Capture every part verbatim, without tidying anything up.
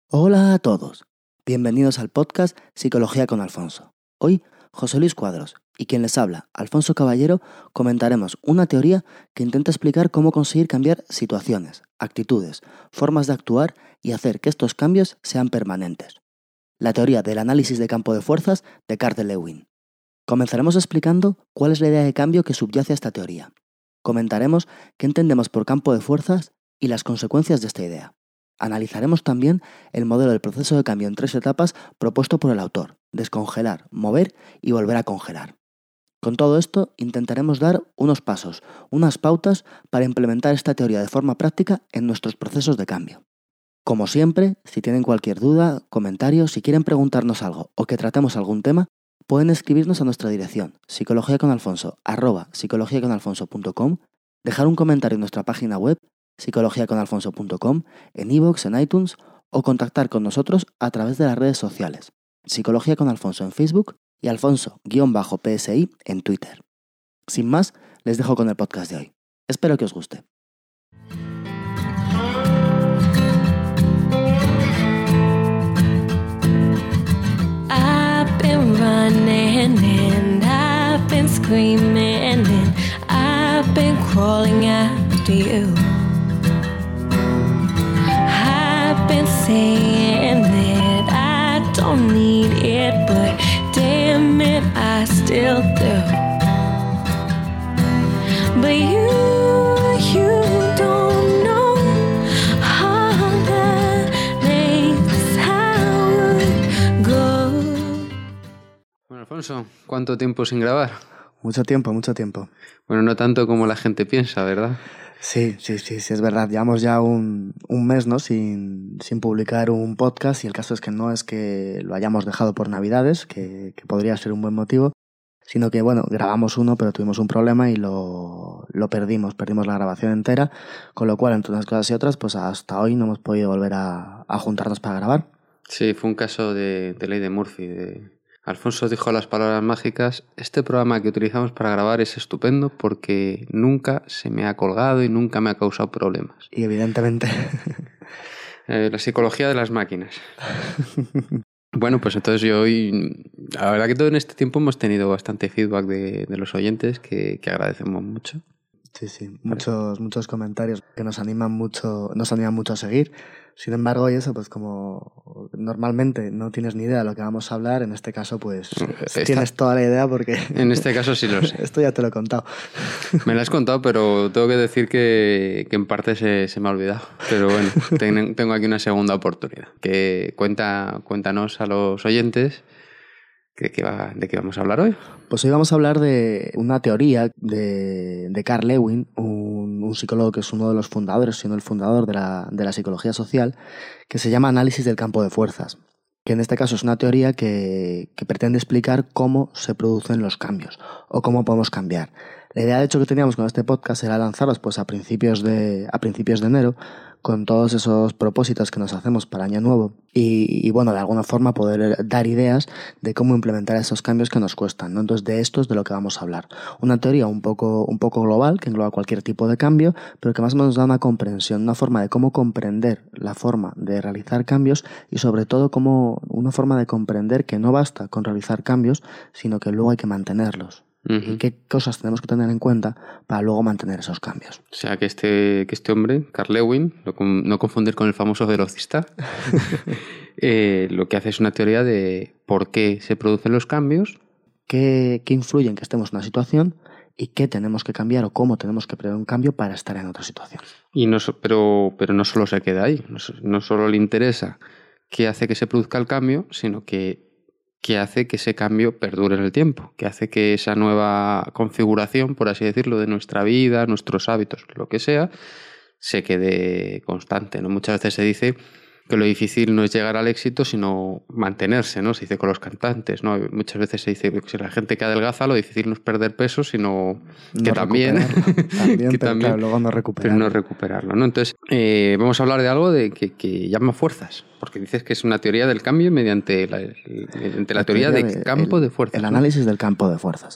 Hola a todos, bienvenidos al podcast Psicología con Alfonso. Hoy, José Luis Cuadros y quien les habla, Alfonso Caballero, comentaremos una teoría que intenta explicar cómo conseguir cambiar situaciones, actitudes, formas de actuar y hacer que estos cambios sean permanentes. La teoría del análisis de campo de fuerzas de Carl Lewin. Comenzaremos explicando cuál es la idea de cambio que subyace a esta teoría. Comentaremos qué entendemos por campo de fuerzas y las consecuencias de esta idea. Analizaremos también el modelo del proceso de cambio en tres etapas propuesto por el autor: descongelar, mover y volver a congelar. Con todo esto intentaremos dar unos pasos, unas pautas para implementar esta teoría de forma práctica en nuestros procesos de cambio. Como siempre, si tienen cualquier duda, comentario, si quieren preguntarnos algo o que tratemos algún tema, pueden escribirnos a nuestra dirección psicologiaconalfonso arroba psicologiaconalfonso punto com, dejar un comentario en nuestra página web psicologiaconalfonso punto com, en iVoox, en iTunes, o contactar con nosotros a través de las redes sociales, Psicología con Alfonso en Facebook y Alfonso-P S I en Twitter. Sin más, les dejo con el podcast de hoy. Espero que os guste. I've been running and I've been screaming and I've been crawling after you. Saying that I don't need it, but damn it, I still do. But you, you don't know how that makes how it goes. Bueno, Alfonso, ¿cuánto tiempo sin grabar? Mucho tiempo, mucho tiempo. Bueno, no tanto como la gente piensa, ¿verdad? Sí, sí, sí, sí, es verdad. Llevamos ya un, un mes, ¿no? Sin, sin publicar un podcast, y el caso es que no es que lo hayamos dejado por Navidades, que, que podría ser un buen motivo, sino que, bueno, grabamos uno, pero tuvimos un problema y lo, lo perdimos, perdimos la grabación entera, con lo cual, entre unas cosas y otras, pues hasta hoy no hemos podido volver a, a juntarnos para grabar. Sí, fue un caso de, de ley de Murphy, de... Alfonso dijo las palabras mágicas: este programa que utilizamos para grabar es estupendo porque nunca se me ha colgado y nunca me ha causado problemas. Y evidentemente... eh, la psicología de las máquinas. Bueno, pues entonces yo hoy... La verdad que todo en este tiempo hemos tenido bastante feedback de, de los oyentes que, que agradecemos mucho. Sí, sí, muchos, muchos comentarios que nos animan mucho, nos animan mucho a seguir. Sin embargo, y eso, pues como normalmente no tienes ni idea de lo que vamos a hablar, en este caso, pues Esta... tienes toda la idea porque... En este caso sí lo sé. Esto ya te lo he contado. Me lo has contado, pero tengo que decir que, que en parte se, se me ha olvidado. Pero bueno, ten, tengo aquí una segunda oportunidad. Que cuenta, cuéntanos a los oyentes de qué, va, de qué vamos a hablar hoy. Pues hoy vamos a hablar de una teoría de, de Carl Lewin, un, un psicólogo que es uno de los fundadores, siendo el fundador de la, de la psicología social, que se llama análisis del campo de fuerzas, que en este caso es una teoría que, que pretende explicar cómo se producen los cambios o cómo podemos cambiar. La idea, de hecho, que teníamos con este podcast era lanzarlos pues, a principios de, a principios de enero, con todos esos propósitos que nos hacemos para Año Nuevo y, y, bueno, de alguna forma poder dar ideas de cómo implementar esos cambios que nos cuestan, ¿no? Entonces, de esto es de lo que vamos a hablar. Una teoría un poco, un poco global, que engloba cualquier tipo de cambio, pero que más o menos da una comprensión, una forma de cómo comprender la forma de realizar cambios y, sobre todo, como una forma de comprender que no basta con realizar cambios, sino que luego hay que mantenerlos. Uh-huh. Y qué cosas tenemos que tener en cuenta para luego mantener esos cambios. O sea, que este, que este hombre, Carl Lewin, no, no confundir con el famoso velocista, eh, lo que hace es una teoría de por qué se producen los cambios. ¿Qué, qué influye en que estemos en una situación y qué tenemos que cambiar o cómo tenemos que prever un cambio para estar en otra situación? Y no, pero, pero no solo se queda ahí, no, no solo le interesa qué hace que se produzca el cambio, sino que que hace que ese cambio perdure en el tiempo, que hace que esa nueva configuración, por así decirlo, de nuestra vida, nuestros hábitos, lo que sea, se quede constante, ¿no? Muchas veces se dice que lo difícil no es llegar al éxito, sino mantenerse, ¿no? Se dice con los cantantes, ¿no? Muchas veces se dice que si la gente que adelgaza, lo difícil no es perder peso, sino que no también... también, que pero también claro, luego no recuperarlo. Pero no recuperarlo, ¿no? Entonces, eh, vamos a hablar de algo de que, que llama fuerzas, porque dices que es una teoría del cambio mediante la, mediante la, la teoría, teoría de, de campo el, de fuerzas. El ¿no? análisis del campo de fuerzas.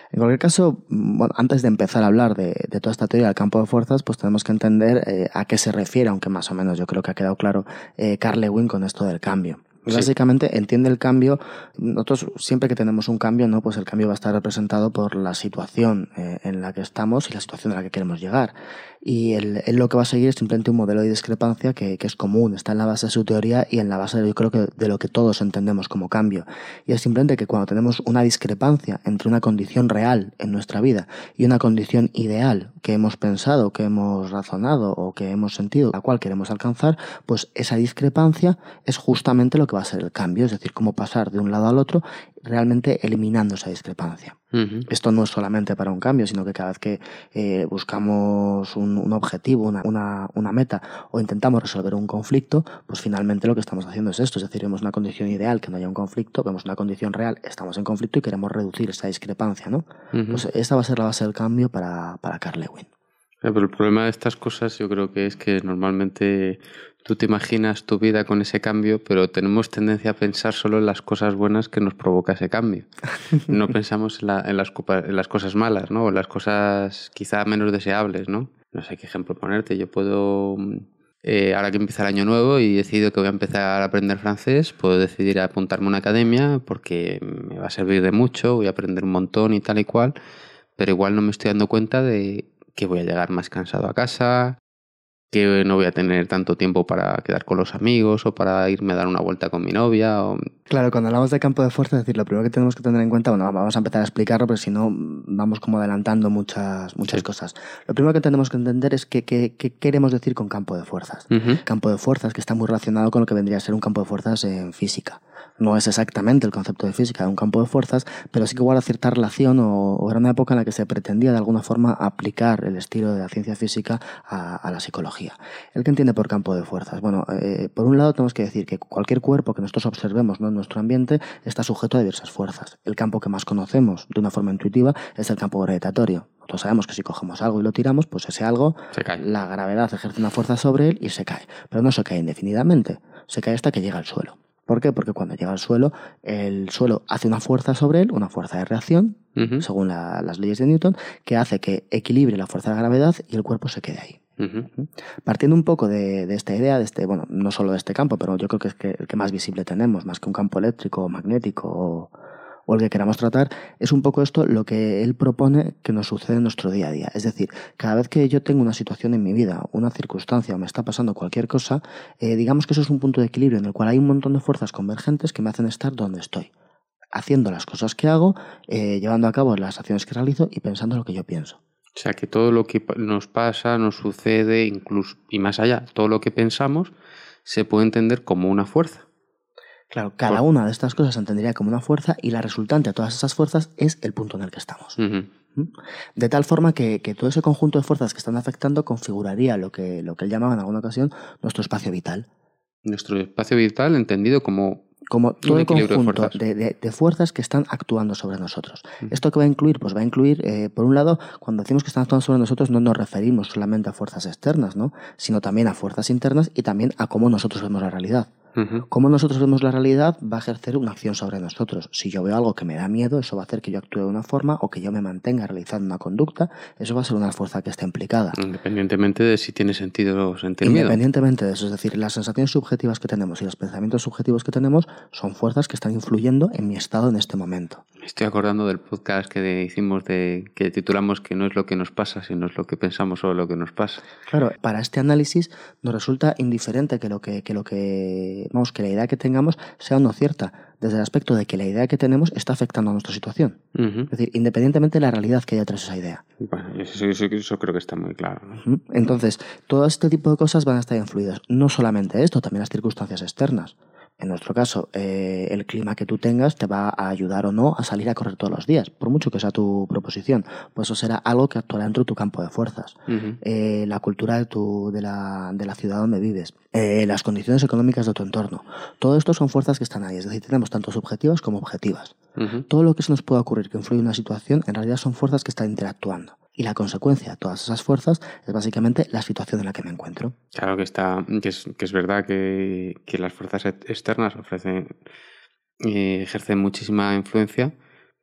En cualquier caso, bueno, antes de empezar a hablar de, de toda esta teoría del campo de fuerzas, pues tenemos que entender eh, a qué se refiere, aunque más o menos yo creo que ha quedado claro eh, Carl Lewin con esto del cambio. Sí. Básicamente entiende el cambio. Nosotros siempre que tenemos un cambio, ¿no? Pues el cambio va a estar representado por la situación eh, en la que estamos y la situación a la que queremos llegar. Y él, él lo que va a seguir es simplemente un modelo de discrepancia que, que es común, está en la base de su teoría y en la base, yo creo que de lo que todos entendemos como cambio. Y es simplemente que cuando tenemos una discrepancia entre una condición real en nuestra vida y una condición ideal que hemos pensado, que hemos razonado o que hemos sentido, la cual queremos alcanzar, pues esa discrepancia es justamente lo que va a ser el cambio, es decir, cómo pasar de un lado al otro realmente eliminando esa discrepancia. Uh-huh. Esto no es solamente para un cambio, sino que cada vez que eh, buscamos un, un objetivo, una, una, una meta o intentamos resolver un conflicto, pues finalmente lo que estamos haciendo es esto, es decir, vemos una condición ideal que no haya un conflicto, vemos una condición real, estamos en conflicto y queremos reducir esa discrepancia, ¿no? Uh-huh. Pues esta va a ser la base del cambio para, para Carl Lewin. Pero el problema de estas cosas yo creo que es que normalmente tú te imaginas tu vida con ese cambio, pero tenemos tendencia a pensar solo en las cosas buenas que nos provoca ese cambio. No pensamos en, la, en, las, en las cosas malas, ¿no? O en las cosas quizá menos deseables, ¿no? No sé qué ejemplo ponerte. Yo puedo, eh, ahora que empieza el año nuevo y decido que voy a empezar a aprender francés, puedo decidir apuntarme a una academia porque me va a servir de mucho, voy a aprender un montón y tal y cual, pero igual no me estoy dando cuenta de que voy a llegar más cansado a casa, que no voy a tener tanto tiempo para quedar con los amigos o para irme a dar una vuelta con mi novia. O... Claro, cuando hablamos de campo de fuerza, es decir, lo primero que tenemos que tener en cuenta, bueno, vamos a empezar a explicarlo, pero si no vamos como adelantando muchas muchas sí. cosas. Lo primero que tenemos que entender es qué que, que queremos decir con campo de fuerzas. Uh-huh. Campo de fuerzas que está muy relacionado con lo que vendría a ser un campo de fuerzas en física. No es exactamente el concepto de física de un campo de fuerzas, pero sí que guarda cierta relación o, o era una época en la que se pretendía de alguna forma aplicar el estilo de la ciencia física a, a la psicología. ¿El que entiende por campo de fuerzas? Bueno, eh, por un lado tenemos que decir que cualquier cuerpo que nosotros observemos, ¿no?, en nuestro ambiente está sujeto a diversas fuerzas. El campo que más conocemos de una forma intuitiva es el campo gravitatorio. Nosotros sabemos que si cogemos algo y lo tiramos, pues ese algo, se cae. La gravedad ejerce una fuerza sobre él y se cae. Pero no se cae indefinidamente, se cae hasta que llega al suelo. ¿Por qué? Porque cuando llega al suelo, el suelo hace una fuerza sobre él, una fuerza de reacción, uh-huh. según la, las leyes de Newton, que hace que equilibre la fuerza de la gravedad y el cuerpo se quede ahí. Uh-huh. Partiendo un poco de, de esta idea, de este, bueno, no solo de este campo, pero yo creo que es que el que más visible tenemos, más que un campo eléctrico o magnético o, o el que queramos tratar, es un poco esto lo que él propone que nos sucede en nuestro día a día. Es decir, cada vez que yo tengo una situación en mi vida, una circunstancia o me está pasando cualquier cosa, eh, digamos que eso es un punto de equilibrio en el cual hay un montón de fuerzas convergentes que me hacen estar donde estoy, haciendo las cosas que hago, eh, llevando a cabo las acciones que realizo y pensando lo que yo pienso. O sea, que todo lo que nos pasa, nos sucede, incluso y más allá, todo lo que pensamos se puede entender como una fuerza. Claro, cada una de estas cosas se entendería como una fuerza y la resultante a todas esas fuerzas es el punto en el que estamos. Uh-huh. De tal forma que, que todo ese conjunto de fuerzas que están afectando configuraría lo que, lo que él llamaba en alguna ocasión nuestro espacio vital. Nuestro espacio vital entendido como... como todo el conjunto de fuerzas. De, de, de fuerzas que están actuando sobre nosotros. Uh-huh. ¿Esto qué va a incluir? Pues va a incluir, eh, por un lado, cuando decimos que están actuando sobre nosotros no nos referimos solamente a fuerzas externas, ¿no?, sino también a fuerzas internas y también a cómo nosotros vemos la realidad. Uh-huh. Cómo nosotros vemos la realidad va a ejercer una acción sobre nosotros. Si yo veo algo que me da miedo, eso va a hacer que yo actúe de una forma o que yo me mantenga realizando una conducta. Eso va a ser una fuerza que está implicada. Independientemente de si tiene sentido o sentir miedo. Independientemente de eso. Es decir, las sensaciones subjetivas que tenemos y los pensamientos subjetivos que tenemos son fuerzas que están influyendo en mi estado en este momento. Me estoy acordando del podcast que hicimos de que titulamos que no es lo que nos pasa, sino es lo que pensamos sobre lo que nos pasa. Claro, para este análisis nos resulta indiferente que lo que, que lo que vamos, que la idea que tengamos sea o no cierta, desde el aspecto de que la idea que tenemos está afectando a nuestra situación. Uh-huh. Es decir, independientemente de la realidad que haya tras esa idea. Bueno, eso, eso, eso creo que está muy claro, ¿no? Uh-huh. Entonces, todo este tipo de cosas van a estar influidas. No solamente esto, también las circunstancias externas. En nuestro caso, eh, el clima que tú tengas te va a ayudar o no a salir a correr todos los días, por mucho que sea tu proposición. Pues eso será algo que actuará dentro de tu campo de fuerzas. Uh-huh. Eh, la cultura de, tu, de, la, de la ciudad donde vives, eh, las condiciones económicas de tu entorno. Todo esto son fuerzas que están ahí. Es decir, tenemos tanto subjetivas como objetivas. Uh-huh. Todo lo que se nos puede ocurrir que influye en una situación, en realidad son fuerzas que están interactuando. Y la consecuencia de todas esas fuerzas es básicamente la situación en la que me encuentro. Claro que está, que es, que es verdad que, que las fuerzas externas ofrecen, eh, ejercen muchísima influencia,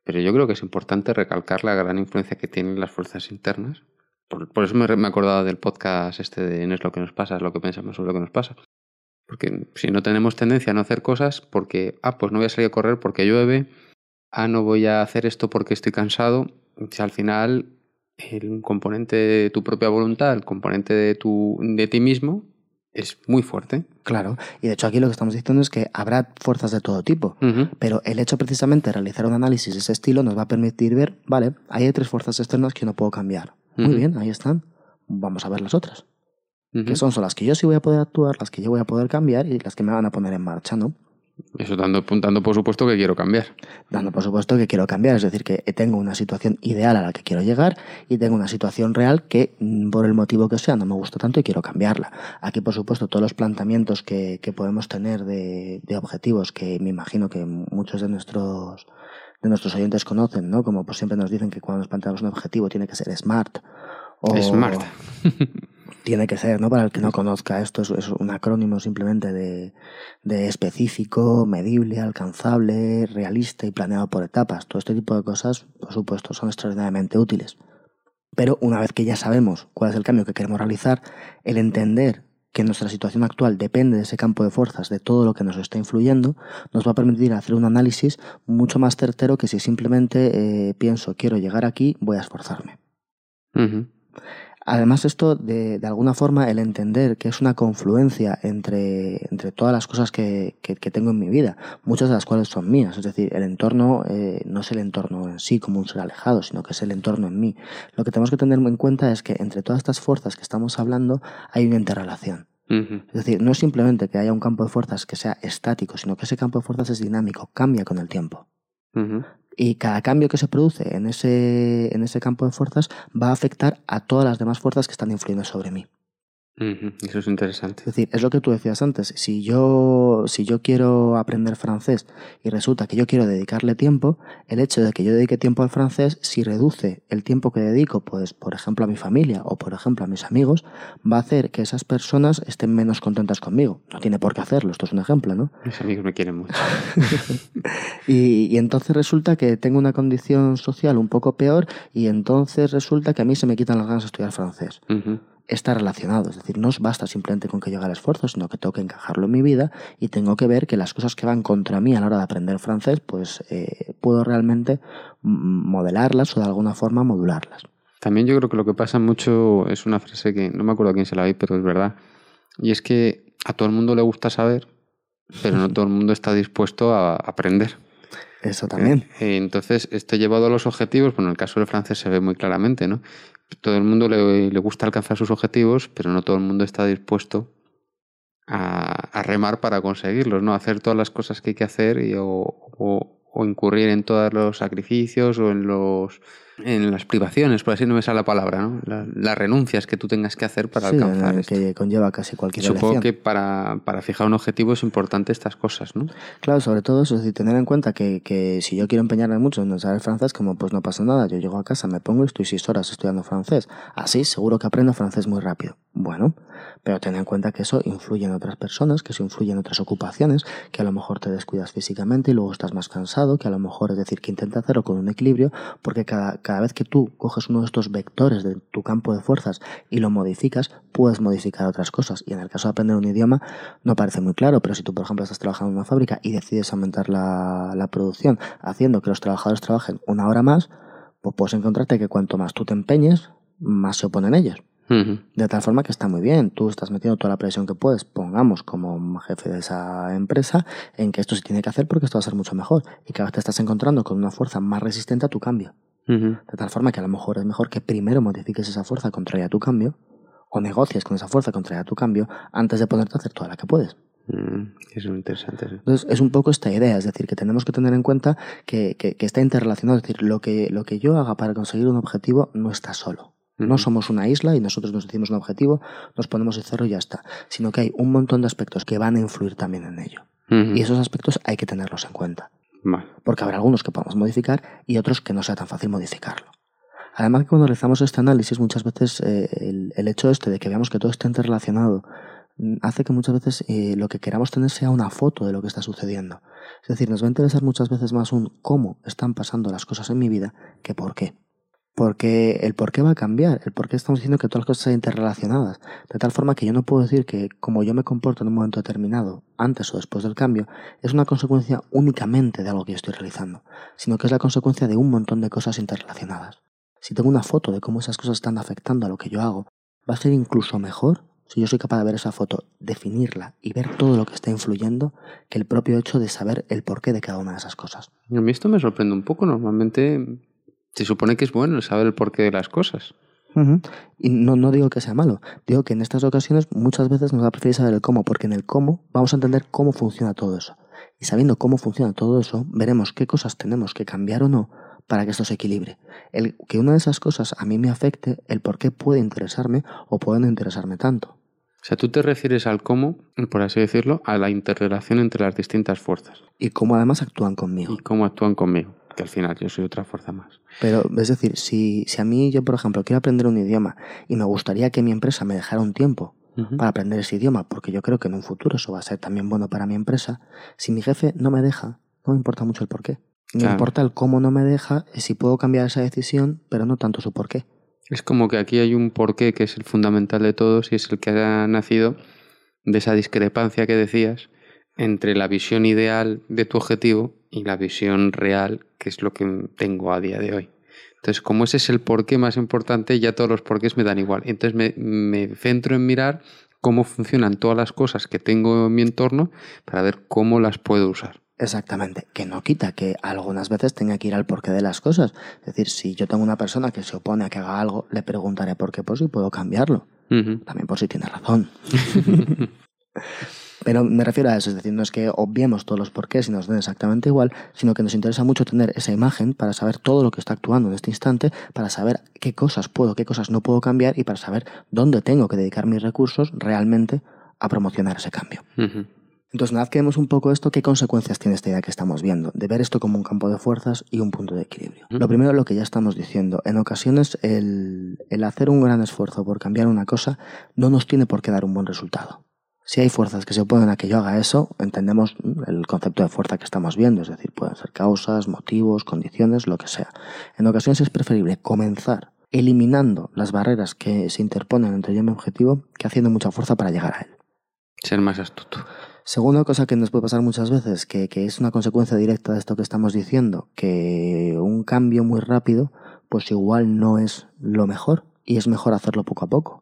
Pero yo creo que es importante recalcar la gran influencia que tienen las fuerzas internas. Por, por eso me, me he acordado del podcast este de no es lo que nos pasa, es lo que pensamos sobre lo que nos pasa. Porque si no tenemos tendencia a no hacer cosas porque, ah, pues no voy a salir a correr porque llueve, ah, no voy a hacer esto porque estoy cansado, si al final el componente de tu propia voluntad, el componente de, tu, de ti mismo, es muy fuerte. Claro, y de hecho aquí lo que estamos diciendo es que habrá fuerzas de todo tipo, uh-huh. pero el hecho precisamente de realizar un análisis de ese estilo nos va a permitir ver, vale, ahí hay tres fuerzas externas que no puedo cambiar. Uh-huh. Muy bien, ahí están, vamos a ver las otras. Uh-huh. Que son, son las que yo sí voy a poder actuar, las que yo voy a poder cambiar y las que me van a poner en marcha, ¿no? Eso dando, dando por supuesto que quiero cambiar. Dando por supuesto que quiero cambiar, es decir, que tengo una situación ideal a la que quiero llegar y tengo una situación real que, por el motivo que sea, no me gusta tanto y quiero cambiarla. Aquí, por supuesto, todos los planteamientos que, que podemos tener de, de objetivos, que me imagino que muchos de nuestros, de nuestros oyentes conocen, ¿no? Como pues siempre nos dicen que cuando nos planteamos un objetivo tiene que ser SMART. O SMART. Tiene que ser, ¿no? Para el que no conozca, esto es, es un acrónimo simplemente de, de específico, medible, alcanzable, realista y planeado por etapas. Todo este tipo de cosas, por supuesto, son extraordinariamente útiles. Pero una vez que ya sabemos cuál es el cambio que queremos realizar, el entender que nuestra situación actual depende de ese campo de fuerzas, de todo lo que nos está influyendo, nos va a permitir hacer un análisis mucho más certero que si simplemente eh, pienso, quiero llegar aquí, voy a esforzarme. Uh-huh. Además, esto, de, de alguna forma, el entender que es una confluencia entre, entre todas las cosas que, que, que tengo en mi vida, muchas de las cuales son mías. Es decir, el entorno eh, no es el entorno en sí como un ser alejado, sino que es el entorno en mí. Lo que tenemos que tener en cuenta es que entre todas estas fuerzas que estamos hablando hay una interrelación. Uh-huh. Es decir, no es simplemente que haya un campo de fuerzas que sea estático, sino que ese campo de fuerzas es dinámico, cambia con el tiempo. Uh-huh. Y cada cambio que se produce en ese, en ese campo de fuerzas va a afectar a todas las demás fuerzas que están influyendo sobre mí. Uh-huh. Eso es interesante. Es decir, es lo que tú decías antes. Si yo, si yo quiero aprender francés y resulta que yo quiero dedicarle tiempo, el hecho de que yo dedique tiempo al francés, si reduce el tiempo que dedico, pues, por ejemplo, a mi familia o, por ejemplo, a mis amigos, va a hacer que esas personas estén menos contentas conmigo. No tiene por qué hacerlo, esto es un ejemplo, ¿no? Mis amigos me quieren mucho. y, y entonces resulta que tengo una condición social un poco peor y entonces resulta que a mí se me quitan las ganas de estudiar francés. Uh-huh. Está relacionado, es decir, no basta simplemente con que yo haga el esfuerzo, sino que tengo que encajarlo en mi vida y tengo que ver que las cosas que van contra mí a la hora de aprender francés, pues eh, puedo realmente modelarlas o de alguna forma modularlas. También yo creo que lo que pasa mucho es una frase que no me acuerdo a quién se la vi, pero es verdad, y es que a todo el mundo le gusta saber, pero no todo el mundo está dispuesto a aprender. Eso también. Eh, entonces, esto llevado a los objetivos, bueno, en el caso del francés se ve muy claramente, ¿no? Todo el mundo le, le gusta alcanzar sus objetivos, pero no todo el mundo está dispuesto a, a remar para conseguirlos, ¿no? Hacer todas las cosas que hay que hacer y, o, o, o incurrir en todos los sacrificios o en los en las privaciones, por así no me sale la palabra, ¿no? La, las renuncias que tú tengas que hacer para sí, alcanzar esto. Que conlleva casi cualquier Supongo elección. que para, para fijar un objetivo es importante estas cosas, ¿no? Claro, sobre todo eso, es decir, tener en cuenta que, que si yo quiero empeñarme mucho en saber francés, como pues no pasa nada, yo llego a casa, me pongo y estoy seis horas estudiando francés. Así seguro que aprendo francés muy rápido. Bueno, pero ten en cuenta que eso influye en otras personas, que eso influye en otras ocupaciones, que a lo mejor te descuidas físicamente y luego estás más cansado, que a lo mejor, es decir, que intenta hacerlo con un equilibrio, porque cada, cada vez que tú coges uno de estos vectores de tu campo de fuerzas y lo modificas, puedes modificar otras cosas. Y en el caso de aprender un idioma no parece muy claro, pero si tú, por ejemplo, estás trabajando en una fábrica y decides aumentar la, la producción haciendo que los trabajadores trabajen una hora más, pues puedes encontrarte que cuanto más tú te empeñes, más se oponen ellos. Uh-huh. De tal forma que está muy bien, tú estás metiendo toda la presión que puedes, pongamos como jefe de esa empresa, en que esto se tiene que hacer porque esto va a ser mucho mejor y cada vez te estás encontrando con una fuerza más resistente a tu cambio. Uh-huh. De tal forma que a lo mejor es mejor que primero modifiques esa fuerza contraria a tu cambio o negocies con esa fuerza contraria a tu cambio antes de ponerte a hacer toda la que puedes. Mm, eso es interesante. Sí. Entonces es un poco esta idea, es decir, que tenemos que tener en cuenta que, que, que está interrelacionado, es decir, lo que, lo que yo haga para conseguir un objetivo no está solo. Uh-huh. No somos una isla y nosotros nos decimos un objetivo, nos ponemos el cerro y ya está, sino que hay un montón de aspectos que van a influir también en ello. Uh-huh. Y esos aspectos hay que tenerlos en cuenta. Vale. Porque habrá algunos que podamos modificar y otros que no sea tan fácil modificarlo. Además que cuando realizamos este análisis muchas veces eh, el, el hecho este de que veamos que todo está interrelacionado hace que muchas veces eh, lo que queramos tener sea una foto de lo que está sucediendo. Es decir, nos va a interesar muchas veces más un cómo están pasando las cosas en mi vida que por qué. Porque el por qué va a cambiar, el por qué estamos diciendo que todas las cosas son interrelacionadas, de tal forma que yo no puedo decir que como yo me comporto en un momento determinado, antes o después del cambio, es una consecuencia únicamente de algo que yo estoy realizando, sino que es la consecuencia de un montón de cosas interrelacionadas. Si tengo una foto de cómo esas cosas están afectando a lo que yo hago, va a ser incluso mejor si yo soy capaz de ver esa foto, definirla y ver todo lo que está influyendo, que el propio hecho de saber el porqué de cada una de esas cosas. A mí esto me sorprende un poco. Normalmente se supone que es bueno el saber el porqué de las cosas. Uh-huh. Y no, no digo que sea malo, digo que en estas ocasiones muchas veces nos va a preferir saber el cómo, porque en el cómo vamos a entender cómo funciona todo eso. Y sabiendo cómo funciona todo eso, veremos qué cosas tenemos que cambiar o no para que esto se equilibre. El que una de esas cosas a mí me afecte, el por qué puede interesarme o puede no interesarme tanto. O sea, tú te refieres al cómo, por así decirlo, a la interrelación entre las distintas fuerzas. Y cómo además actúan conmigo. Y cómo actúan conmigo, que al final yo soy otra fuerza más. Pero, es decir, si, si a mí, yo por ejemplo, quiero aprender un idioma y me gustaría que mi empresa me dejara un tiempo uh-huh. para aprender ese idioma, porque yo creo que en un futuro eso va a ser también bueno para mi empresa, si mi jefe no me deja, no me importa mucho el por qué. Me claro. importa el cómo no me deja, si puedo cambiar esa decisión, pero no tanto su por qué. Es como que aquí hay un porqué que es el fundamental de todos y es el que ha nacido de esa discrepancia que decías entre la visión ideal de tu objetivo y la visión real, que es lo que tengo a día de hoy. Entonces, como ese es el porqué más importante, ya todos los porqués me dan igual. Entonces me, me centro en mirar cómo funcionan todas las cosas que tengo en mi entorno para ver cómo las puedo usar. Exactamente, que no quita que algunas veces tenga que ir al porqué de las cosas. Es decir, si yo tengo una persona que se opone a que haga algo, le preguntaré por qué, por si puedo cambiarlo. Uh-huh. También por si tiene razón. Pero me refiero a eso, es decir, no es que obviemos todos los porqués y nos den exactamente igual, sino que nos interesa mucho tener esa imagen para saber todo lo que está actuando en este instante, para saber qué cosas puedo, qué cosas no puedo cambiar y para saber dónde tengo que dedicar mis recursos realmente a promocionar ese cambio. Uh-huh. Entonces, nada, que vemos un poco esto, qué consecuencias tiene esta idea que estamos viendo, de ver esto como un campo de fuerzas y un punto de equilibrio. Uh-huh. Lo primero, lo que ya estamos diciendo, en ocasiones el, el hacer un gran esfuerzo por cambiar una cosa no nos tiene por qué dar un buen resultado. Si hay fuerzas que se oponen a que yo haga eso, entendemos el concepto de fuerza que estamos viendo, es decir, pueden ser causas, motivos, condiciones, lo que sea. En ocasiones es preferible comenzar eliminando las barreras que se interponen entre yo y mi objetivo que haciendo mucha fuerza para llegar a él. Ser más astuto. Segunda cosa que nos puede pasar muchas veces, que, que es una consecuencia directa de esto que estamos diciendo, que un cambio muy rápido, pues igual no es lo mejor y es mejor hacerlo poco a poco.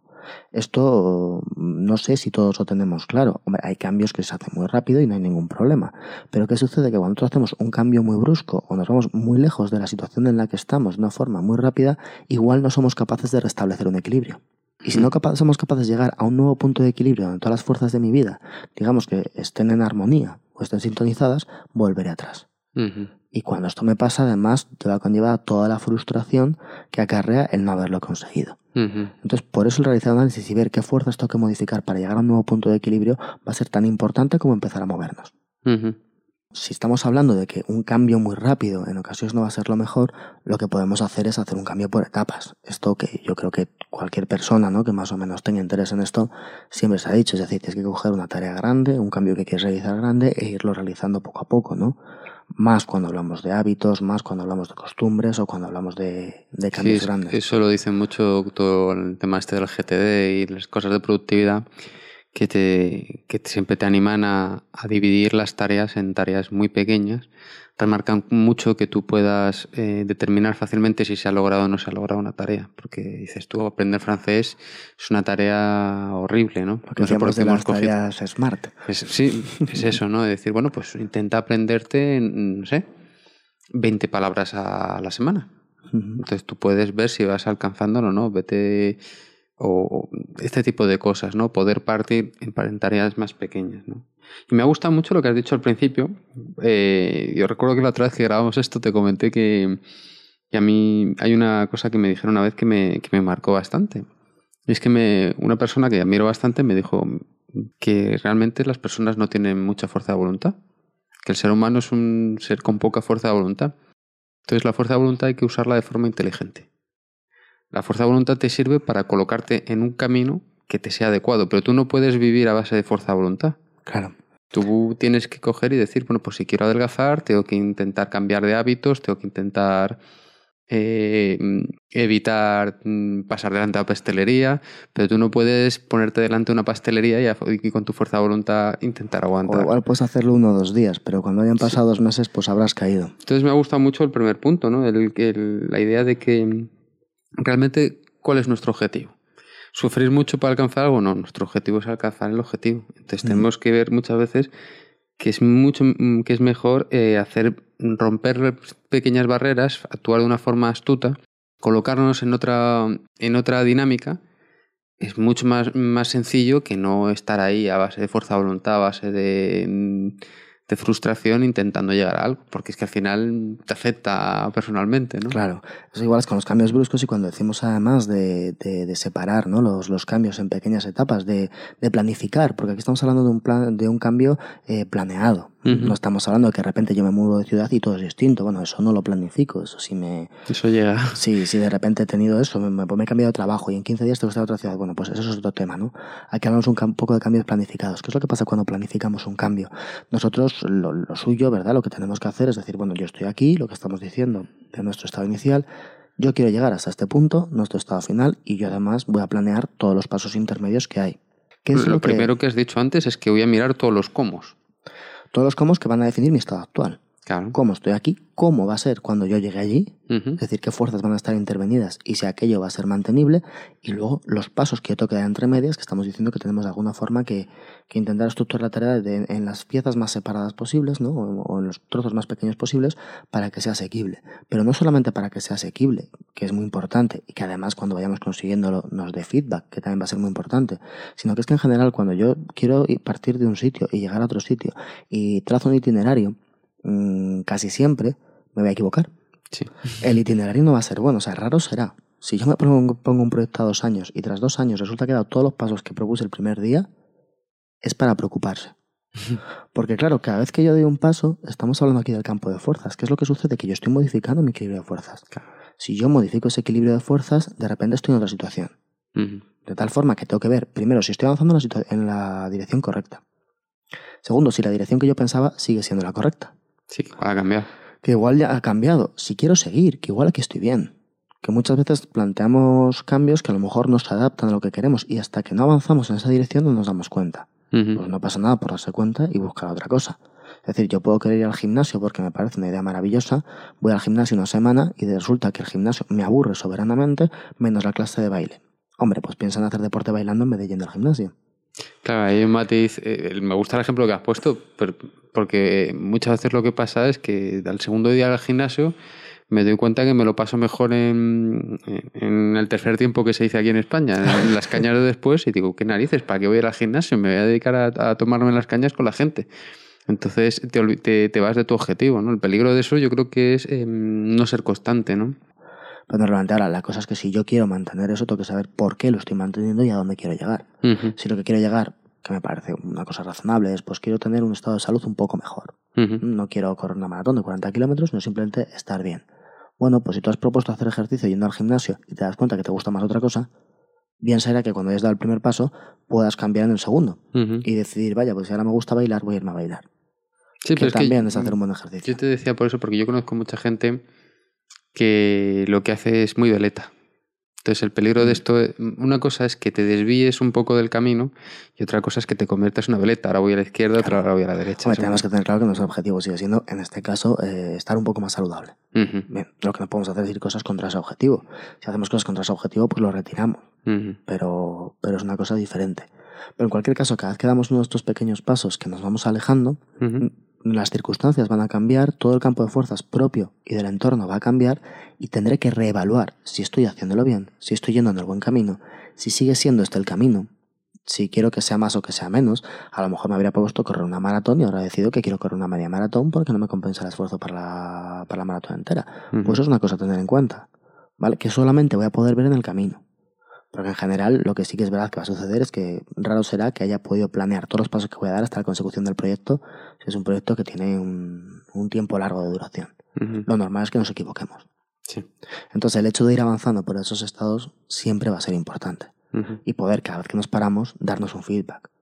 Esto no sé si todos lo tenemos claro. Hombre, hay cambios que se hacen muy rápido y no hay ningún problema. Pero ¿qué sucede? Que cuando nosotros hacemos un cambio muy brusco o nos vamos muy lejos de la situación en la que estamos de una forma muy rápida, igual no somos capaces de restablecer un equilibrio. Y si no capa- somos capaces de llegar a un nuevo punto de equilibrio donde todas las fuerzas de mi vida, digamos que estén en armonía o estén sintonizadas, volveré atrás. Uh-huh. Y cuando esto me pasa, además, te va a conllevar toda la frustración que acarrea el no haberlo conseguido. Uh-huh. Entonces, por eso el realizar análisis y ver qué fuerzas tengo que modificar para llegar a un nuevo punto de equilibrio va a ser tan importante como empezar a movernos. Uh-huh. Si estamos hablando de que un cambio muy rápido en ocasiones no va a ser lo mejor, lo que podemos hacer es hacer un cambio por etapas. Esto que yo creo que cualquier persona, ¿no?, que más o menos tenga interés en esto siempre se ha dicho. Es decir, tienes que coger una tarea grande, un cambio que quieres realizar grande e irlo realizando poco a poco, ¿no? Más cuando hablamos de hábitos, más cuando hablamos de costumbres o cuando hablamos de, de cambios sí, grandes. Eso lo dicen mucho todo el tema este del G T D y las cosas de productividad, que te que siempre te animan a, a dividir las tareas en tareas muy pequeñas. Remarcan mucho que tú puedas eh, determinar fácilmente si se ha logrado o no se ha logrado una tarea, porque dices tú, aprender francés es una tarea horrible, ¿no? Porque no sé por qué de las tareas smart. Es, sí, es eso, ¿no? De decir, bueno, pues intenta aprenderte, no sé, veinte palabras a la semana. Uh-huh. Entonces tú puedes ver si vas alcanzándolo o no, vete... o este tipo de cosas, ¿no? Poder partir en, en tareas más pequeñas, ¿no? Y me ha gustado mucho lo que has dicho al principio. Eh, yo recuerdo que la otra vez que grabamos esto te comenté que, que a mí hay una cosa que me dijeron una vez que me, que me marcó bastante. Y es que me, una persona que admiro bastante me dijo que realmente las personas no tienen mucha fuerza de voluntad, que el ser humano es un ser con poca fuerza de voluntad. Entonces la fuerza de voluntad hay que usarla de forma inteligente. La fuerza de voluntad te sirve para colocarte en un camino que te sea adecuado, pero tú no puedes vivir a base de fuerza de voluntad. Claro. Tú tienes que coger y decir, bueno, pues si quiero adelgazar, tengo que intentar cambiar de hábitos, tengo que intentar eh, evitar pasar delante de la pastelería, pero tú no puedes ponerte delante de una pastelería y, a, y con tu fuerza de voluntad intentar aguantar. O igual puedes hacerlo uno o dos días, pero cuando hayan pasado sí. dos meses, pues habrás caído. Entonces me ha gustado mucho el primer punto, ¿no? El, el, la idea de que realmente, ¿cuál es nuestro objetivo? ¿Sufrir mucho para alcanzar algo? No, nuestro objetivo es alcanzar el objetivo. Entonces mm. tenemos que ver muchas veces que es mucho que es mejor eh, hacer romper pequeñas barreras, actuar de una forma astuta, colocarnos en otra, en otra dinámica. Es mucho más, más sencillo que no estar ahí a base de fuerza de voluntad, a base de, de frustración intentando llegar a algo, porque es que al final te afecta personalmente, ¿no? Claro, eso igual es con los cambios bruscos y cuando decimos además de, de, de separar, ¿no? los, los cambios en pequeñas etapas, de, de planificar, porque aquí estamos hablando de un, plan, de un cambio eh, planeado. Uh-huh. No estamos hablando de que de repente yo me mudo de ciudad y todo es distinto. Bueno, eso no lo planifico. Eso sí me... Eso llega. Sí, si de repente he tenido eso, me, me, me he cambiado de trabajo y en quince días tengo que estar en otra ciudad. Bueno, pues eso es otro tema, ¿no? Aquí hablamos un, un poco de cambios planificados. ¿Qué es lo que pasa cuando planificamos un cambio? Nosotros, lo, lo suyo, ¿verdad? Lo que tenemos que hacer es decir, bueno, yo estoy aquí, lo que estamos diciendo de nuestro estado inicial, yo quiero llegar hasta este punto, nuestro estado final, y yo además voy a planear todos los pasos intermedios que hay. ¿Qué es lo, lo primero que... que has dicho antes es que voy a mirar todos los cómo. Todos los cómo que van a definir mi estado actual. Claro. Cómo estoy aquí, cómo va a ser cuando yo llegue allí, uh-huh. es decir, qué fuerzas van a estar intervenidas y si aquello va a ser mantenible, y luego los pasos que yo tengo que dar entre medias, que estamos diciendo que tenemos de alguna forma que, que intentar estructurar la tarea de, en las piezas más separadas posibles, ¿no? o, o en los trozos más pequeños posibles para que sea asequible. Pero no solamente para que sea asequible, que es muy importante, y que además cuando vayamos consiguiéndolo nos dé feedback, que también va a ser muy importante, sino que es que en general cuando yo quiero partir de un sitio y llegar a otro sitio y trazo un itinerario, casi siempre me voy a equivocar. Sí. El itinerario no va a ser bueno, o sea, raro será. Si yo me pongo, pongo un proyecto a dos años y tras dos años resulta que he dado todos los pasos que propuse el primer día, es para preocuparse. Porque claro, cada vez que yo doy un paso, estamos hablando aquí del campo de fuerzas. ¿Qué es lo que sucede? Que yo estoy modificando mi equilibrio de fuerzas. Claro. Si yo modifico ese equilibrio de fuerzas, de repente estoy en otra situación. Uh-huh. De tal forma que tengo que ver, primero, si estoy avanzando en la, situa- en la dirección correcta. Segundo, si la dirección que yo pensaba sigue siendo la correcta. Sí, que igual ha cambiado. Que igual ya ha cambiado. Si quiero seguir, que igual aquí estoy bien. Que muchas veces planteamos cambios que a lo mejor no se adaptan a lo que queremos y hasta que no avanzamos en esa dirección no nos damos cuenta. Uh-huh. Pues no pasa nada por darse cuenta y buscar otra cosa. Es decir, yo puedo querer ir al gimnasio porque me parece una idea maravillosa, voy al gimnasio una semana y resulta que el gimnasio me aburre soberanamente menos la clase de baile. Hombre, pues piensa en hacer deporte bailando en vez de yendo al gimnasio. Claro, hay un matiz. Eh, me gusta el ejemplo que has puesto, pero, porque muchas veces lo que pasa es que al segundo día del gimnasio me doy cuenta que me lo paso mejor en, en el tercer tiempo que se dice aquí en España, en las cañas de después, y digo, ¿qué narices? ¿Para qué voy a ir al gimnasio? Me voy a dedicar a, a tomarme las cañas con la gente. Entonces te, te, te vas de tu objetivo, ¿no? El peligro de eso yo creo que es eh, no ser constante, ¿no? Pero normalmente ahora la cosa es que si yo quiero mantener eso, tengo que saber por qué lo estoy manteniendo y a dónde quiero llegar. Uh-huh. Si lo que quiero llegar, que me parece una cosa razonable, es pues quiero tener un estado de salud un poco mejor. Uh-huh. No quiero correr una maratón de cuarenta kilómetros, sino simplemente estar bien. Bueno, pues si tú has propuesto hacer ejercicio yendo al gimnasio y te das cuenta que te gusta más otra cosa, bien será que cuando hayas dado el primer paso puedas cambiar en el segundo uh-huh. y decidir, vaya, pues si ahora me gusta bailar, voy a irme a bailar. Sí, que pero también es, que es hacer un buen ejercicio. Yo te decía por eso, porque yo conozco mucha gente que lo que hace es muy veleta. Entonces el peligro de esto, una cosa es que te desvíes un poco del camino y otra cosa es que te conviertas en una veleta. Ahora voy a la izquierda, claro. otra hora voy a la derecha. Hombre, tenemos que tener claro que nuestro objetivo sigue siendo, en este caso, eh, estar un poco más saludable. Uh-huh. Bien, lo que no podemos hacer es ir cosas contra ese objetivo. Si hacemos cosas contra ese objetivo, pues lo retiramos. Uh-huh. Pero, pero es una cosa diferente. Pero en cualquier caso, cada vez que damos uno de estos pequeños pasos que nos vamos alejando, uh-huh. las circunstancias van a cambiar, todo el campo de fuerzas propio y del entorno va a cambiar y tendré que reevaluar si estoy haciéndolo bien, si estoy yendo en el buen camino, si sigue siendo este el camino, si quiero que sea más o que sea menos. A lo mejor me habría propuesto correr una maratón y ahora decido que quiero correr una media maratón porque no me compensa el esfuerzo para la, para la maratón entera. Uh-huh. Pues eso es una cosa a tener en cuenta, ¿vale? Que solamente voy a poder ver en el camino. Porque en general lo que sí que es verdad que va a suceder es que raro será que haya podido planear todos los pasos que voy a dar hasta la consecución del proyecto, si es un proyecto que tiene un, un tiempo largo de duración. Uh-huh. Lo normal es que nos equivoquemos. Sí. Entonces el hecho de ir avanzando por esos estados siempre va a ser importante. Uh-huh. Y poder, cada vez que nos paramos, darnos un feedback.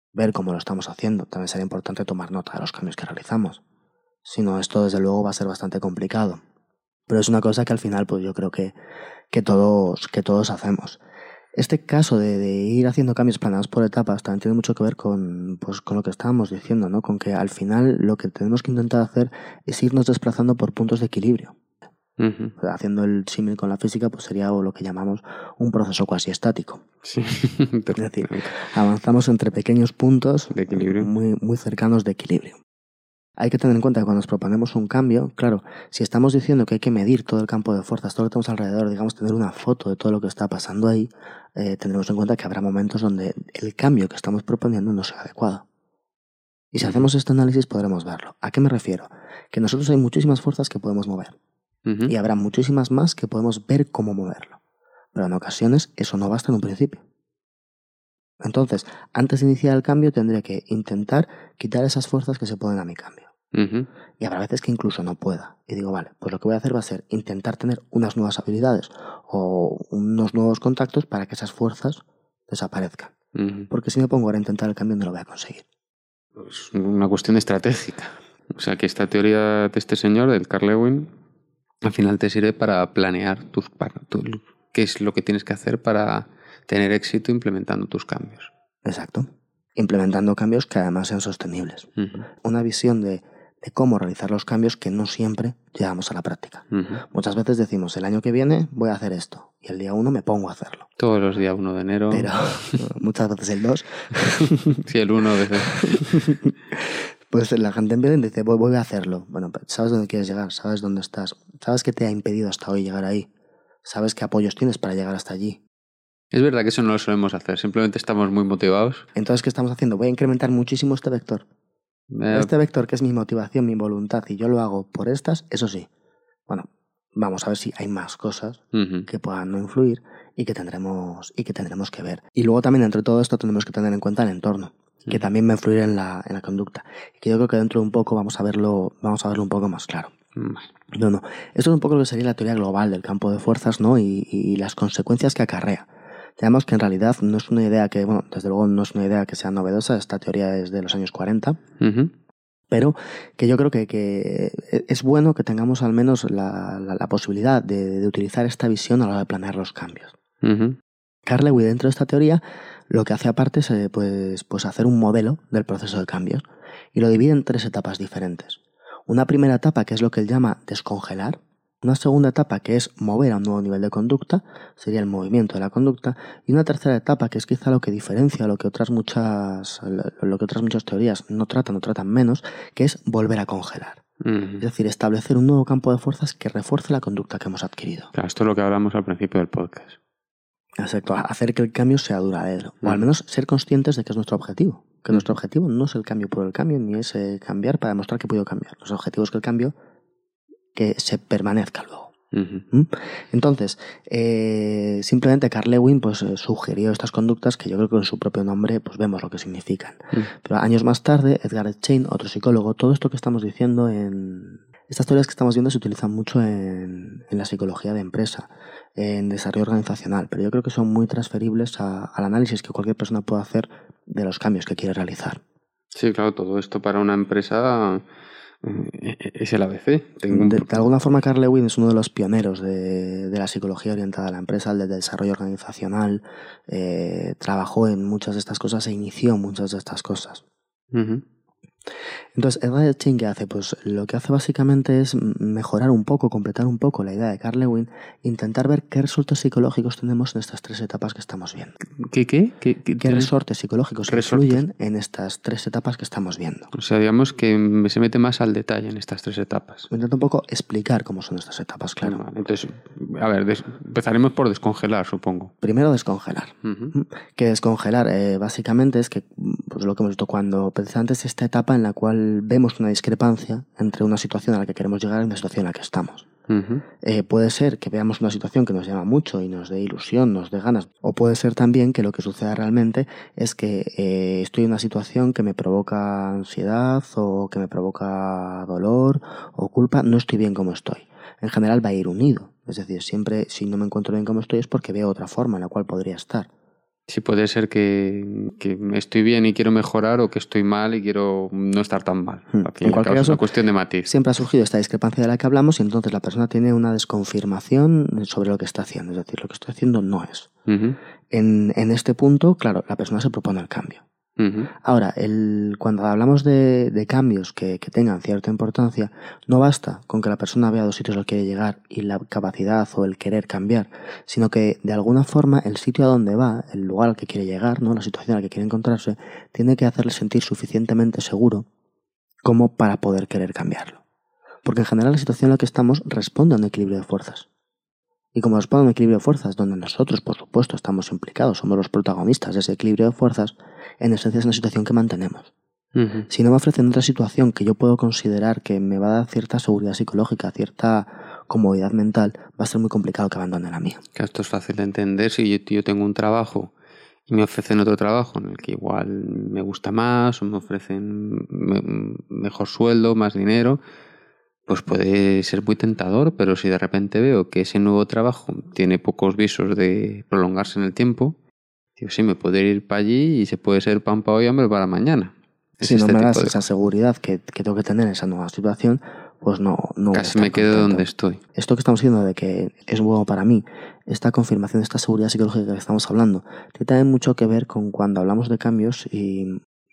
ver cómo lo estamos haciendo. También será importante tomar nota de los cambios que realizamos. Si no, esto desde luego va a ser bastante complicado. Pero es una cosa que al final pues yo creo que, que, todos, que todos hacemos. Este caso de, de ir haciendo cambios planeados por etapas también tiene mucho que ver con, pues, con lo que estábamos diciendo, ¿no? Con que al final lo que tenemos que intentar hacer es irnos desplazando por puntos de equilibrio. Uh-huh. Haciendo el símil con la física, pues sería lo que llamamos un proceso cuasi estático. Sí. Es decir, avanzamos entre pequeños puntos de equilibrio. Muy, muy cercanos de equilibrio. Hay que tener en cuenta que cuando nos proponemos un cambio, claro, si estamos diciendo que hay que medir todo el campo de fuerzas, todo lo que tenemos alrededor, digamos, tener una foto de todo lo que está pasando ahí, eh, tendremos en cuenta que habrá momentos donde el cambio que estamos proponiendo no sea adecuado. Y si hacemos este análisis podremos verlo. ¿A qué me refiero? Que nosotros hay muchísimas fuerzas que podemos mover. Uh-huh. Y habrá muchísimas más que podemos ver cómo moverlo. Pero en ocasiones eso no basta en un principio. Entonces, antes de iniciar el cambio tendré que intentar quitar esas fuerzas que se ponen a mi cambio. Uh-huh. Y habrá veces que incluso no pueda. Y digo, vale, pues lo que voy a hacer va a ser intentar tener unas nuevas habilidades o unos nuevos contactos para que esas fuerzas desaparezcan. Uh-huh. Porque si me pongo ahora a intentar el cambio no lo voy a conseguir. Es una cuestión estratégica. O sea que esta teoría de este señor, del Carl Lewin, al final te sirve para planear tus, para, tu, qué es lo que tienes que hacer para tener éxito implementando tus cambios. Exacto. Implementando cambios que además sean sostenibles. Uh-huh. Una visión de, de cómo realizar los cambios que no siempre llevamos a la práctica. Uh-huh. Muchas veces decimos, el año que viene voy a hacer esto. Y el día uno me pongo a hacerlo. Todos los días uno de enero. Pero muchas veces el dos. Sí, el uno a veces. Pues la gente empieza y dice, voy, voy a hacerlo. Bueno, sabes dónde quieres llegar, sabes dónde estás, sabes qué te ha impedido hasta hoy llegar ahí, sabes qué apoyos tienes para llegar hasta allí. Es verdad que eso no lo solemos hacer, simplemente estamos muy motivados. Entonces, ¿qué estamos haciendo? Voy a incrementar muchísimo este vector. Eh... Este vector que es mi motivación, mi voluntad, y yo lo hago por estas, eso sí. Bueno, vamos a ver si hay más cosas uh-huh. que puedan no influir y que tendremos y que tendremos que ver. Y luego también entre todo esto tenemos que tener en cuenta el entorno, que uh-huh. también va a influir en la, en la conducta. Y que yo creo que dentro de un poco vamos a verlo, vamos a verlo un poco más claro. Uh-huh. No, no. Esto es un poco lo que sería la teoría global del campo de fuerzas, ¿no? Y, y las consecuencias que acarrea. Digamos que en realidad no es una idea que, bueno, desde luego no es una idea que sea novedosa, esta teoría es de los años cuarenta, uh-huh. pero que yo creo que, que es bueno que tengamos al menos la, la, la posibilidad de, de utilizar esta visión a la hora de planear los cambios. Uh-huh. Carl Lewin, dentro de esta teoría, lo que hace aparte es pues, pues hacer un modelo del proceso de cambios y lo divide en tres etapas diferentes. Una primera etapa que es lo que él llama descongelar, una segunda etapa que es mover a un nuevo nivel de conducta, sería el movimiento de la conducta, y una tercera etapa que es quizá lo que diferencia lo que otras muchas, lo que otras muchas teorías no tratan o tratan menos, que es volver a congelar. Uh-huh. Es decir, establecer un nuevo campo de fuerzas que refuerce la conducta que hemos adquirido. Claro, esto es lo que hablamos al principio del podcast. Exacto, hacer que el cambio sea duradero, uh-huh. o al menos ser conscientes de que es nuestro objetivo. Que uh-huh. nuestro objetivo no es el cambio por el cambio, ni es eh, cambiar para demostrar que he podido cambiar. Nuestro objetivo es que el cambio que se permanezca luego. Uh-huh. ¿Mm? Entonces, eh, simplemente Carl Lewin pues, eh, sugirió estas conductas que yo creo que en su propio nombre pues, vemos lo que significan. Uh-huh. Pero años más tarde, Edgar Schein, otro psicólogo, todo esto que estamos diciendo en... Estas teorías que estamos viendo se utilizan mucho en, en la psicología de empresa, en desarrollo organizacional, pero yo creo que son muy transferibles a, al análisis que cualquier persona puede hacer de los cambios que quiere realizar. Sí, claro, todo esto para una empresa... es el A B C. Tengo un... de, de alguna forma Carl Lewin es uno de los pioneros de, de la psicología orientada a la empresa, el de desarrollo organizacional, eh, trabajó en muchas de estas cosas e inició muchas de estas cosas. Uh-huh. Entonces, Edgar Schein, ¿qué hace? Pues lo que hace básicamente es mejorar un poco, completar un poco la idea de Carl Lewin, intentar ver qué resultados psicológicos tenemos en estas tres etapas que estamos viendo. ¿Qué qué? ¿Qué, qué, ¿Qué resortes psicológicos resortes? influyen en estas tres etapas que estamos viendo? O sea, digamos que se mete más al detalle en estas tres etapas. Intento un poco explicar cómo son estas etapas, claro. Vale, entonces, a ver, des- empezaremos por descongelar, supongo. Primero descongelar. Uh-huh. Que descongelar eh, básicamente es que, pues lo que hemos visto cuando precisamente es esta etapa en la cual vemos una discrepancia entre una situación a la que queremos llegar y una situación en la que estamos. Uh-huh. Eh, puede ser que veamos una situación que nos llama mucho y nos dé ilusión, nos dé ganas, o puede ser también que lo que suceda realmente es que eh, estoy en una situación que me provoca ansiedad o que me provoca dolor o culpa, no estoy bien como estoy. En general va a ir unido, es decir, siempre si no me encuentro bien como estoy es porque veo otra forma en la cual podría estar. Sí, puede ser que, que estoy bien y quiero mejorar o que estoy mal y quiero no estar tan mal. Hmm. En cualquier caso, es una cuestión de matiz. Siempre ha surgido esta discrepancia de la que hablamos y entonces la persona tiene una desconfirmación sobre lo que está haciendo. Es decir, lo que estoy haciendo no es. Uh-huh. En, en este punto, claro, la persona se propone el cambio. Uh-huh. Ahora, el, cuando hablamos de, de cambios que, que tengan cierta importancia, no basta con que la persona vea dos sitios al que quiere llegar y la capacidad o el querer cambiar, sino que de alguna forma el sitio a donde va, el lugar al que quiere llegar, ¿no? La situación a la que quiere encontrarse, tiene que hacerle sentir suficientemente seguro como para poder querer cambiarlo. Porque en general la situación en la que estamos responde a un equilibrio de fuerzas. Y como responde a un equilibrio de fuerzas donde nosotros, por supuesto, estamos implicados, somos los protagonistas de ese equilibrio de fuerzas, en esencia es una situación que mantenemos. Uh-huh. Si no me ofrecen otra situación que yo puedo considerar que me va a dar cierta seguridad psicológica, cierta comodidad mental, va a ser muy complicado que abandone la mía. Que esto es fácil de entender. Si yo, yo tengo un trabajo y me ofrecen otro trabajo en el que igual me gusta más o me ofrecen me, mejor sueldo, más dinero, pues puede ser muy tentador, pero si de repente veo que ese nuevo trabajo tiene pocos visos de prolongarse en el tiempo, digo, sí, me puedo ir para allí y se puede ser pan para hoy, hambre para mañana. Es si no este me das tipo de esa cosas. seguridad que, que tengo que tener en esa nueva situación, pues no, no Casi me quedo contento. donde estoy. Esto que estamos diciendo de que es bueno para mí, esta confirmación, esta seguridad psicológica que estamos hablando, tiene también mucho que ver con cuando hablamos de cambios y,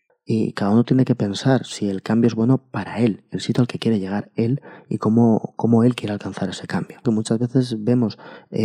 y cada uno tiene que pensar si el cambio es bueno para él, el sitio al que quiere llegar él y cómo, cómo él quiere alcanzar ese cambio. Que muchas veces vemos,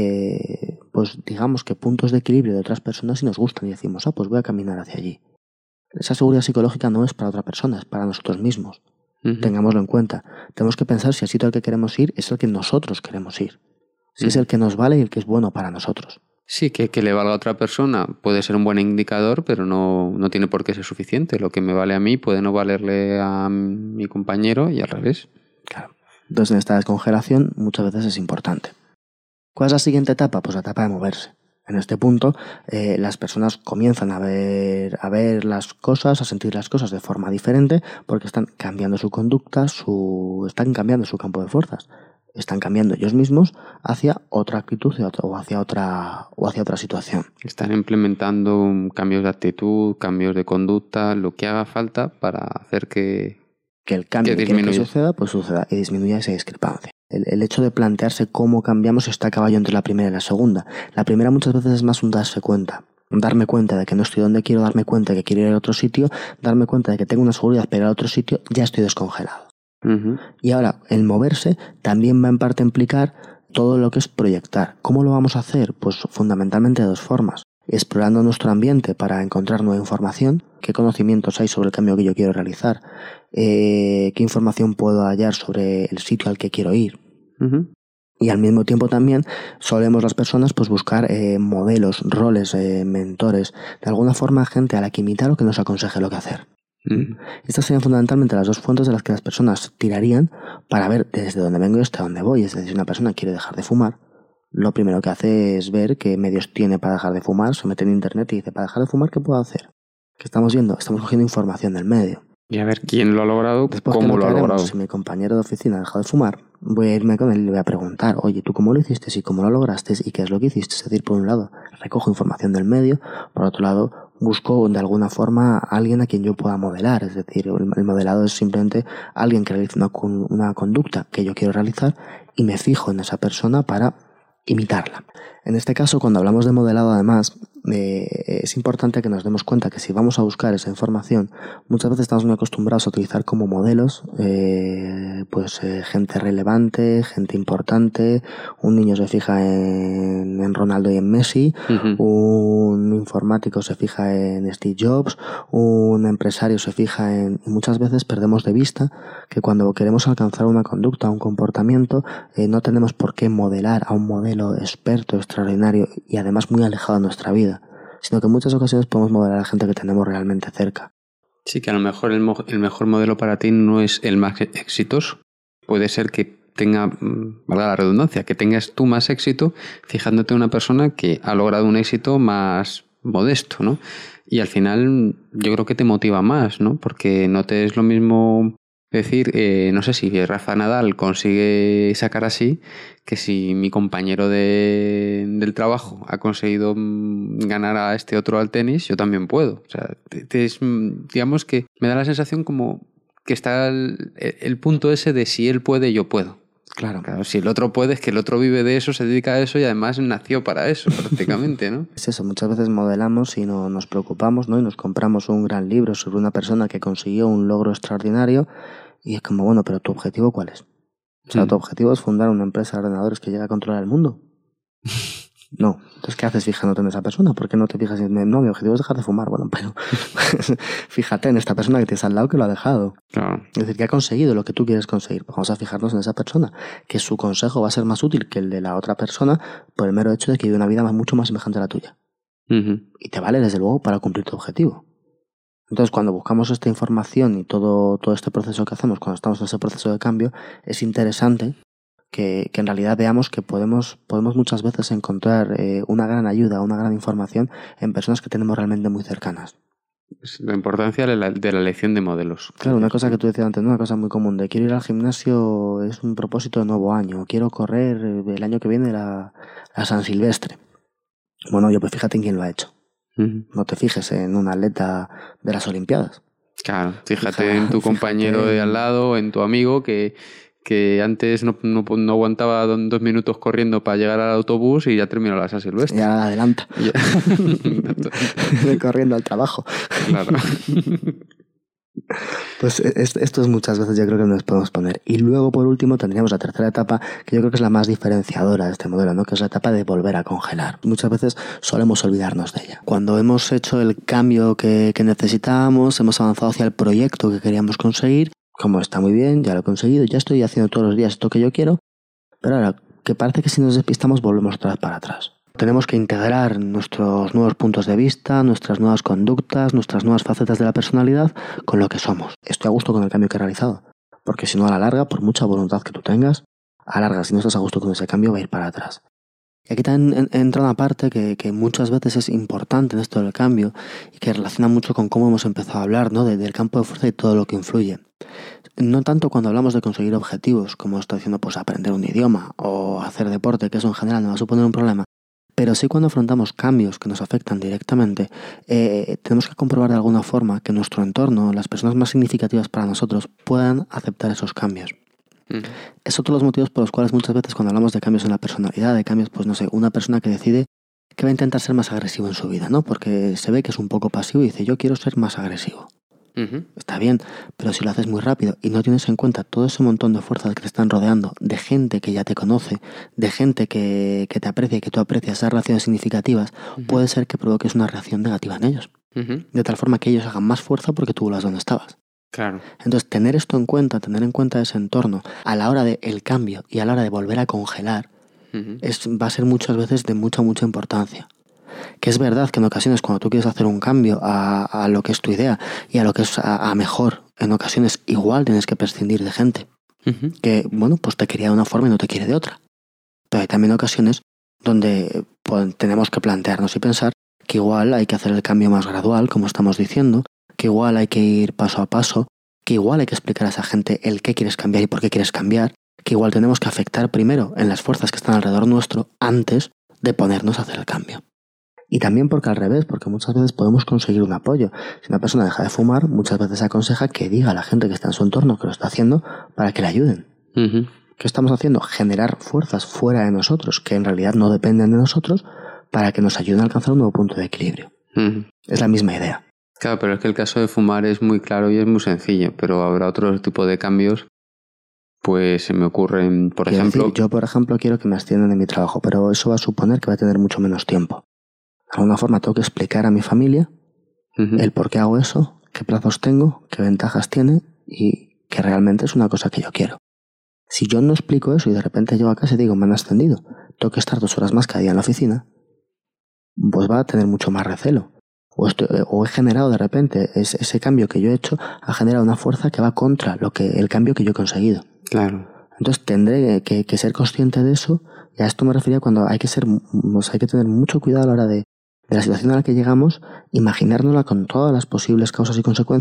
eh, pues digamos que puntos de equilibrio de otras personas y nos gustan y decimos, ah, pues voy a caminar hacia allí. Esa seguridad psicológica no es para otra persona, es para nosotros mismos. Uh-huh. Tengámoslo en cuenta. Tenemos que pensar si el sitio al que queremos ir es el que nosotros queremos ir. Si uh-huh. es el que nos vale y el que es bueno para nosotros. Sí, que, que le valga a otra persona puede ser un buen indicador, pero no, no tiene por qué ser suficiente. Lo que me vale a mí puede no valerle a mi compañero y al revés. Claro. Entonces en esta descongelación muchas veces es importante. ¿Cuál es la siguiente etapa? Pues la etapa de moverse. En este punto, eh, las personas comienzan a ver, a ver las cosas, a sentir las cosas de forma diferente, porque están cambiando su conducta, su, están cambiando su campo de fuerzas, están cambiando ellos mismos hacia otra actitud o hacia otra, o hacia otra situación. Están implementando cambios de actitud, cambios de conducta, lo que haga falta para hacer que, que el cambio que, que, que suceda, pues suceda y disminuya esa discrepancia. El, el hecho de plantearse cómo cambiamos está a caballo entre la primera y la segunda. La primera muchas veces es más un darse cuenta. Darme cuenta de que no estoy donde quiero, darme cuenta de que quiero ir a otro sitio, darme cuenta de que tengo una seguridad para ir a otro sitio, ya estoy descongelado. Uh-huh. Y ahora, el moverse también va en parte a implicar todo lo que es proyectar. ¿Cómo lo vamos a hacer? Pues fundamentalmente de dos formas. Explorando nuestro ambiente para encontrar nueva información, qué conocimientos hay sobre el cambio que yo quiero realizar, eh, qué información puedo hallar sobre el sitio al que quiero ir. Uh-huh. Y al mismo tiempo también solemos las personas pues buscar eh, modelos, roles, eh, mentores, de alguna forma gente a la que imitar o que nos aconseje lo que hacer. Uh-huh. Estas serían fundamentalmente las dos fuentes de las que las personas tirarían para ver desde dónde vengo y hasta dónde voy. Es decir, si una persona quiere dejar de fumar, lo primero que hace es ver qué medios tiene para dejar de fumar, se mete en internet y dice, para dejar de fumar, ¿qué puedo hacer? ¿Qué estamos viendo? Estamos cogiendo información del medio. Y a ver quién lo ha logrado, después cómo lo ha logrado. Si mi compañero de oficina ha dejado de fumar, voy a irme con él y le voy a preguntar, oye, ¿tú cómo lo hiciste? ¿Y cómo lo lograste? ¿Y qué es lo que hiciste? Es decir, por un lado, recojo información del medio, por otro lado, busco de alguna forma a alguien a quien yo pueda modelar. Es decir, el modelado es simplemente alguien que realiza una, una conducta que yo quiero realizar y me fijo en esa persona para imitarla. En este caso, cuando hablamos de modelado, además, eh, es importante que nos demos cuenta que si vamos a buscar esa información, muchas veces estamos muy acostumbrados a utilizar como modelos eh, pues eh, gente relevante, gente importante. Un niño se fija en, en Ronaldo y en Messi, uh-huh. Un informático se fija en Steve Jobs, un empresario se fija en... Y muchas veces perdemos de vista que cuando queremos alcanzar una conducta, un comportamiento, eh, no tenemos por qué modelar a un modelo experto, extraordinario y además muy alejado de nuestra vida, sino que en muchas ocasiones podemos modelar a la gente que tenemos realmente cerca. Sí, que a lo mejor el, mo- el mejor modelo para ti no es el más exitoso. Puede ser que tenga, valga la redundancia, que tengas tú más éxito fijándote en una persona que ha logrado un éxito más modesto, ¿no? Y al final yo creo que te motiva más, ¿no? Porque no te es lo mismo decir, eh, no sé si Rafa Nadal consigue sacar así, que si mi compañero de, del trabajo ha conseguido ganar a este otro al tenis, yo también puedo. O sea, te, te es, digamos que me da la sensación como que está el, el punto ese de si él puede, yo puedo. Claro. Claro, si el otro puede, es que el otro vive de eso, se dedica a eso y además nació para eso, prácticamente, ¿no? Es eso, muchas veces modelamos y no nos preocupamos, ¿no? Y nos compramos un gran libro sobre una persona que consiguió un logro extraordinario y es como, bueno, pero ¿tu objetivo cuál es? O sea, Mm. ¿tu objetivo es fundar una empresa de ordenadores que llegue a controlar el mundo? No. Entonces, ¿qué haces fijándote en esa persona? ¿Por qué no te fijas en, no, mi objetivo es dejar de fumar? Bueno, pero fíjate en esta persona que tienes al lado que lo ha dejado. Claro. Es decir, que ha conseguido lo que tú quieres conseguir. Pues vamos a fijarnos en esa persona, que su consejo va a ser más útil que el de la otra persona por el mero hecho de que vive una vida mucho más semejante a la tuya. Uh-huh. Y te vale, desde luego, para cumplir tu objetivo. Entonces, cuando buscamos esta información y todo, todo este proceso que hacemos, cuando estamos en ese proceso de cambio, es interesante que, que en realidad veamos que podemos, podemos muchas veces encontrar eh, una gran ayuda, una gran información en personas que tenemos realmente muy cercanas. Es la importancia de la, de la elección de modelos. Claro, una cosa que tú decías antes, ¿no? Una cosa muy común de quiero ir al gimnasio, es un propósito de nuevo año, quiero correr el año que viene la, la San Silvestre. Bueno, yo pues fíjate en quién lo ha hecho. Uh-huh. No te fijes en un atleta de las Olimpiadas. Claro, fíjate Fija, en tu compañero fíjate... de al lado, en tu amigo que, que antes no, no, no aguantaba dos minutos corriendo para llegar al autobús y ya terminó la San Silvestre. Ya adelanta. Ya. Corriendo al trabajo. Claro. Pues esto es muchas veces yo creo que nos podemos poner. Y luego, por último, tendríamos la tercera etapa, que yo creo que es la más diferenciadora de este modelo, ¿no? Que es la etapa de volver a congelar. Muchas veces solemos olvidarnos de ella. Cuando hemos hecho el cambio que, que necesitábamos, hemos avanzado hacia el proyecto que queríamos conseguir, como está muy bien, ya lo he conseguido, ya estoy haciendo todos los días esto que yo quiero, pero ahora, que parece que si nos despistamos volvemos otra vez para atrás. Tenemos que integrar nuestros nuevos puntos de vista, nuestras nuevas conductas, nuestras nuevas facetas de la personalidad con lo que somos. Estoy a gusto con el cambio que he realizado, porque si no, a la larga, por mucha voluntad que tú tengas, a la larga, si no estás a gusto con ese cambio, va a ir para atrás. Y aquí también entra una parte que, que muchas veces es importante en esto del cambio y que relaciona mucho con cómo hemos empezado a hablar, ¿no? de, del campo de fuerza y todo lo que influye. No tanto cuando hablamos de conseguir objetivos, como estoy diciendo, pues aprender un idioma o hacer deporte, que eso en general no va a suponer un problema, pero sí cuando afrontamos cambios que nos afectan directamente, eh, tenemos que comprobar de alguna forma que nuestro entorno, las personas más significativas para nosotros, puedan aceptar esos cambios. Mm. Es otro de los motivos por los cuales muchas veces cuando hablamos de cambios en la personalidad, de cambios, pues no sé, una persona que decide que va a intentar ser más agresivo en su vida, ¿no? Porque se ve que es un poco pasivo y dice, yo quiero ser más agresivo. Uh-huh. Está bien, pero si lo haces muy rápido y no tienes en cuenta todo ese montón de fuerzas que te están rodeando, de gente que ya te conoce, de gente que, que te aprecia y que tú aprecias, esas relaciones significativas, uh-huh. puede ser que provoques una reacción negativa en ellos. Uh-huh. De tal forma que ellos hagan más fuerza porque tú vuelvas donde estabas. Claro. Entonces, tener esto en cuenta, tener en cuenta ese entorno a la hora del cambio y a la hora de volver a congelar, uh-huh. es, va a ser muchas veces de mucha, mucha importancia. Que es verdad que en ocasiones cuando tú quieres hacer un cambio a, a lo que es tu idea y a lo que es a, a mejor, en ocasiones igual tienes que prescindir de gente uh-huh. que, bueno, pues te quería de una forma y no te quiere de otra. Pero hay también ocasiones donde pues, tenemos que plantearnos y pensar que igual hay que hacer el cambio más gradual, como estamos diciendo, que igual hay que ir paso a paso, que igual hay que explicar a esa gente el qué quieres cambiar y por qué quieres cambiar, que igual tenemos que afectar primero en las fuerzas que están alrededor nuestro antes de ponernos a hacer el cambio. Y también porque al revés, porque muchas veces podemos conseguir un apoyo. Si una persona deja de fumar, muchas veces aconseja que diga a la gente que está en su entorno que lo está haciendo para que le ayuden. Uh-huh. ¿Qué estamos haciendo? Generar fuerzas fuera de nosotros, que en realidad no dependen de nosotros, para que nos ayuden a alcanzar un nuevo punto de equilibrio. Uh-huh. Es la misma idea. Claro, pero es que el caso de fumar es muy claro y es muy sencillo, pero habrá otro tipo de cambios. Pues se me ocurren, por quiero ejemplo... Decir, yo, por ejemplo, quiero que me asciendan en mi trabajo, pero eso va a suponer que va a tener mucho menos tiempo. De alguna forma tengo que explicar a mi familia uh-huh. el por qué hago eso, qué plazos tengo, qué ventajas tiene y que realmente es una cosa que yo quiero. Si yo no explico eso y de repente llego a casa y digo, me han ascendido, tengo que estar dos horas más cada día en la oficina, pues va a tener mucho más recelo. O, estoy, o he generado de repente ese, ese cambio que yo he hecho, ha generado una fuerza que va contra lo que el cambio que yo he conseguido. Claro. Entonces tendré que, que ser consciente de eso, y a esto me refería cuando hay que ser, pues hay que tener mucho cuidado a la hora de, de la situación a la que llegamos, imaginárnosla con todas las posibles causas y consecuencias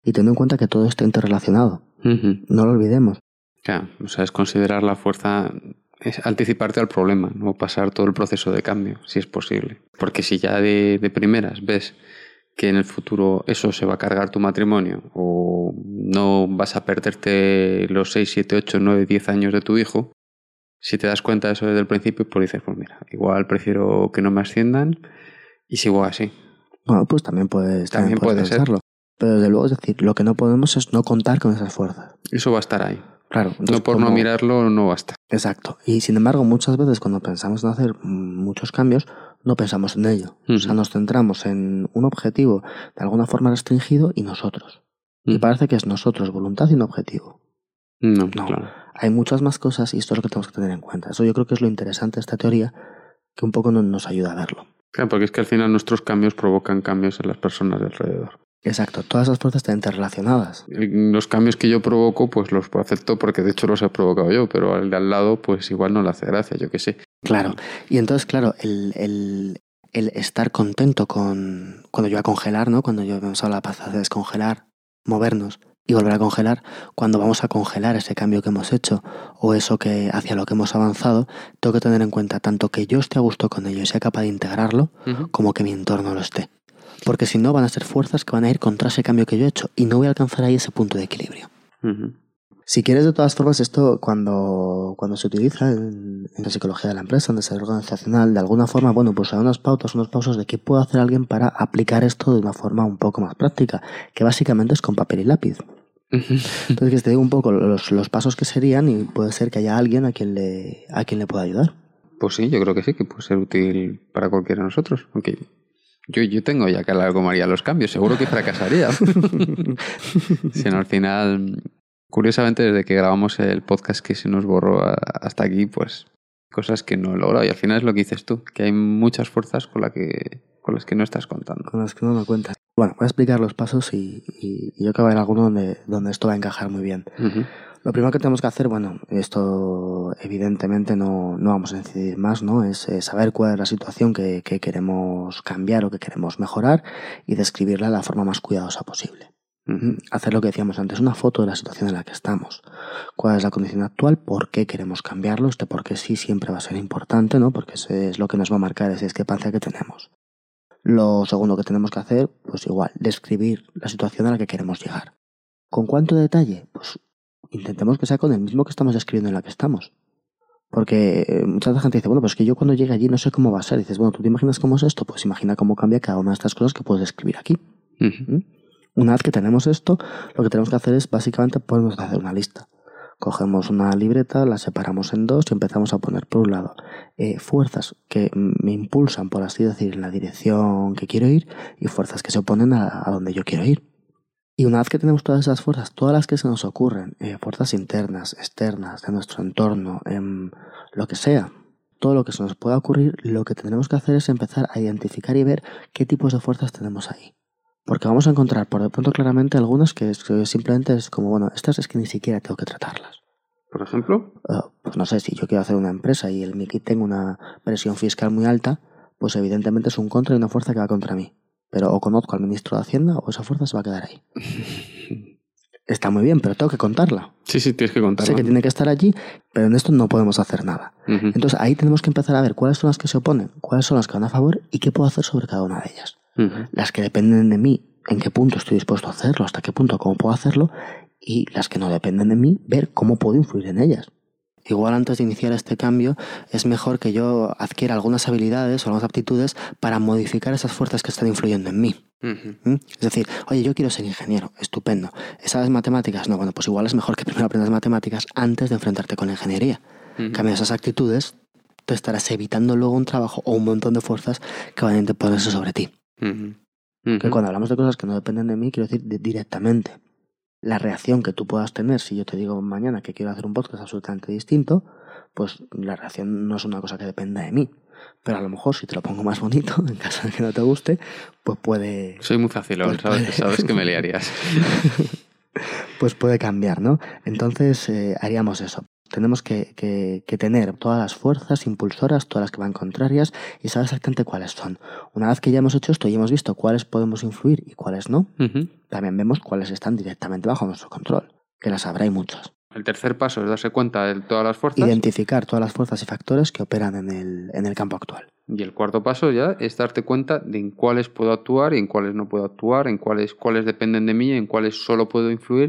y teniendo en cuenta que todo está interrelacionado. Uh-huh. No lo olvidemos. Claro, o sea, es considerar la fuerza, es anticiparte al problema, no pasar todo el proceso de cambio, si es posible. Porque si ya de, de primeras ves que en el futuro eso se va a cargar tu matrimonio o no vas a perderte los seis, siete, ocho, nueve, diez años de tu hijo, si te das cuenta de eso desde el principio, pues dices, pues mira, igual prefiero que no me asciendan y sigo así. Bueno, pues también puedes, también También puedes puede ser. pensarlo. Pero desde luego, es decir, lo que no podemos es no contar con esas fuerzas. Eso va a estar ahí. Claro. No entonces, por como- no mirarlo no basta. Exacto. Y sin embargo, muchas veces cuando pensamos en hacer mm, muchos cambios, no pensamos en ello. Uh-huh. O sea, nos centramos en un objetivo de alguna forma restringido y nosotros. Y Uh-huh. parece que es nosotros, voluntad y un objetivo. No, No. claro. Hay muchas más cosas y esto es lo que tenemos que tener en cuenta. Eso yo creo que es lo interesante de esta teoría, que un poco no- nos ayuda a verlo. Claro, porque es que al final nuestros cambios provocan cambios en las personas de alrededor. Exacto. Todas esas fuerzas están interrelacionadas. Los cambios que yo provoco, pues los acepto porque de hecho los he provocado yo, pero al de al lado, pues igual no le hace gracia, yo qué sé. Claro. Y entonces, claro, el, el, el estar contento con cuando yo voy a congelar, ¿no? Cuando yo hemos hablado de la paz de descongelar, movernos y volver a congelar, cuando vamos a congelar ese cambio que hemos hecho o eso que hacia lo que hemos avanzado, tengo que tener en cuenta tanto que yo esté a gusto con ello y sea capaz de integrarlo, Uh-huh. como que mi entorno lo esté. Porque si no, van a ser fuerzas que van a ir contra ese cambio que yo he hecho y no voy a alcanzar ahí ese punto de equilibrio. Uh-huh. Si quieres, de todas formas, esto cuando, cuando se utiliza en, en la psicología de la empresa, en desarrollo organizacional, de alguna forma, bueno, pues hay unas pautas, unos pasos de qué puede hacer alguien para aplicar esto de una forma un poco más práctica, que básicamente es con papel y lápiz. Entonces, que te digo un poco los, los pasos que serían y puede ser que haya alguien a quien le, a quien le pueda ayudar. Pues sí, yo creo que sí, que puede ser útil para cualquiera de nosotros. Aunque yo, yo tengo ya que hablar cómo haría los cambios, seguro que fracasaría. Si no, al final, curiosamente, desde que grabamos el podcast que se nos borró a- hasta aquí, pues cosas que no he logrado. Y al final es lo que dices tú, que hay muchas fuerzas con, la que, con las que no estás contando. Con las que uno no cuenta. Bueno, voy a explicar los pasos y, y, y yo creo que va a haber alguno donde, donde esto va a encajar muy bien. Uh-huh. Lo primero que tenemos que hacer, bueno, esto evidentemente no, no vamos a incidir más, ¿no? Es eh, saber cuál es la situación que, que queremos cambiar o que queremos mejorar y describirla de la forma más cuidadosa posible. Uh-huh. Hacer lo que decíamos antes, una foto de la situación en la que estamos. ¿Cuál es la condición actual? ¿Por qué queremos cambiarlo? Este por qué sí siempre va a ser importante, ¿no? Porque eso es lo que nos va a marcar esa discrepancia que tenemos. Lo segundo que tenemos que hacer, pues igual, describir la situación a la que queremos llegar. ¿Con cuánto detalle? Pues intentemos que sea con el mismo que estamos describiendo en la que estamos. Porque eh, mucha gente dice, bueno, pues que yo cuando llegue allí no sé cómo va a ser. Y dices, bueno, ¿tú te imaginas cómo es esto? Pues imagina cómo cambia cada una de estas cosas que puedes describir aquí. Uh-huh. ¿Mm? Una vez que tenemos esto, lo que tenemos que hacer es básicamente ponernos a hacer una lista. Cogemos una libreta, la separamos en dos y empezamos a poner por un lado eh, fuerzas que me impulsan, por así decir, en la dirección que quiero ir y fuerzas que se oponen a, a donde yo quiero ir. Y una vez que tenemos todas esas fuerzas, todas las que se nos ocurren, eh, fuerzas internas, externas, de nuestro entorno, en lo que sea, todo lo que se nos pueda ocurrir, lo que tenemos que hacer es empezar a identificar y ver qué tipos de fuerzas tenemos ahí. Porque vamos a encontrar por de pronto claramente algunas que, es, que simplemente es como, bueno, estas es que ni siquiera tengo que tratarlas. Por ejemplo, Uh, pues no sé, si yo quiero hacer una empresa y el Miki tengo una presión fiscal muy alta, pues evidentemente es un contra y una fuerza que va contra mí. Pero o conozco al ministro de Hacienda o esa fuerza se va a quedar ahí. Está muy bien, pero tengo que contarla. sí, sí, tienes que contarlo. Sé que tiene que estar allí, pero en esto no podemos hacer nada. Uh-huh. Entonces ahí tenemos que empezar a ver cuáles son las que se oponen, cuáles son las que van a favor y qué puedo hacer sobre cada una de ellas. Uh-huh. Las que dependen de mí, en qué punto estoy dispuesto a hacerlo, hasta qué punto, cómo puedo hacerlo, y las que no dependen de mí, ver cómo puedo influir en ellas. Igual antes de iniciar este cambio, es mejor que yo adquiera algunas habilidades o algunas aptitudes para modificar esas fuerzas que están influyendo en mí. Uh-huh. ¿Mm? Es decir, oye, yo quiero ser ingeniero, estupendo. ¿Sabes matemáticas? No, bueno, pues igual es mejor que primero aprendas matemáticas antes de enfrentarte con la ingeniería. Uh-huh. Cambia esas actitudes, te estarás evitando luego un trabajo o un montón de fuerzas que van a interponerse sobre ti. Uh-huh. Uh-huh. Que cuando hablamos de cosas que no dependen de mí, quiero decir de, directamente. La reacción que tú puedas tener si yo te digo mañana que quiero hacer un podcast absolutamente distinto, pues la reacción no es una cosa que dependa de mí. Pero a lo mejor si te lo pongo más bonito, en caso de que no te guste, pues puede... Soy muy facilón, pues ¿sabes? puede... Sabes que me liarías. pues puede cambiar, ¿no? Entonces eh, haríamos eso. Tenemos que, que, que tener todas las fuerzas impulsoras, todas las que van contrarias y saber exactamente cuáles son. Una vez que ya hemos hecho esto y hemos visto cuáles podemos influir y cuáles no, uh-huh. también vemos cuáles están directamente bajo nuestro control, que las habrá y muchas. El tercer paso es darse cuenta de todas las fuerzas. Identificar todas las fuerzas y factores que operan en el, en el campo actual. Y el cuarto paso ya es darte cuenta de en cuáles puedo actuar y en cuáles no puedo actuar, en cuáles, cuáles dependen de mí, en cuáles solo puedo influir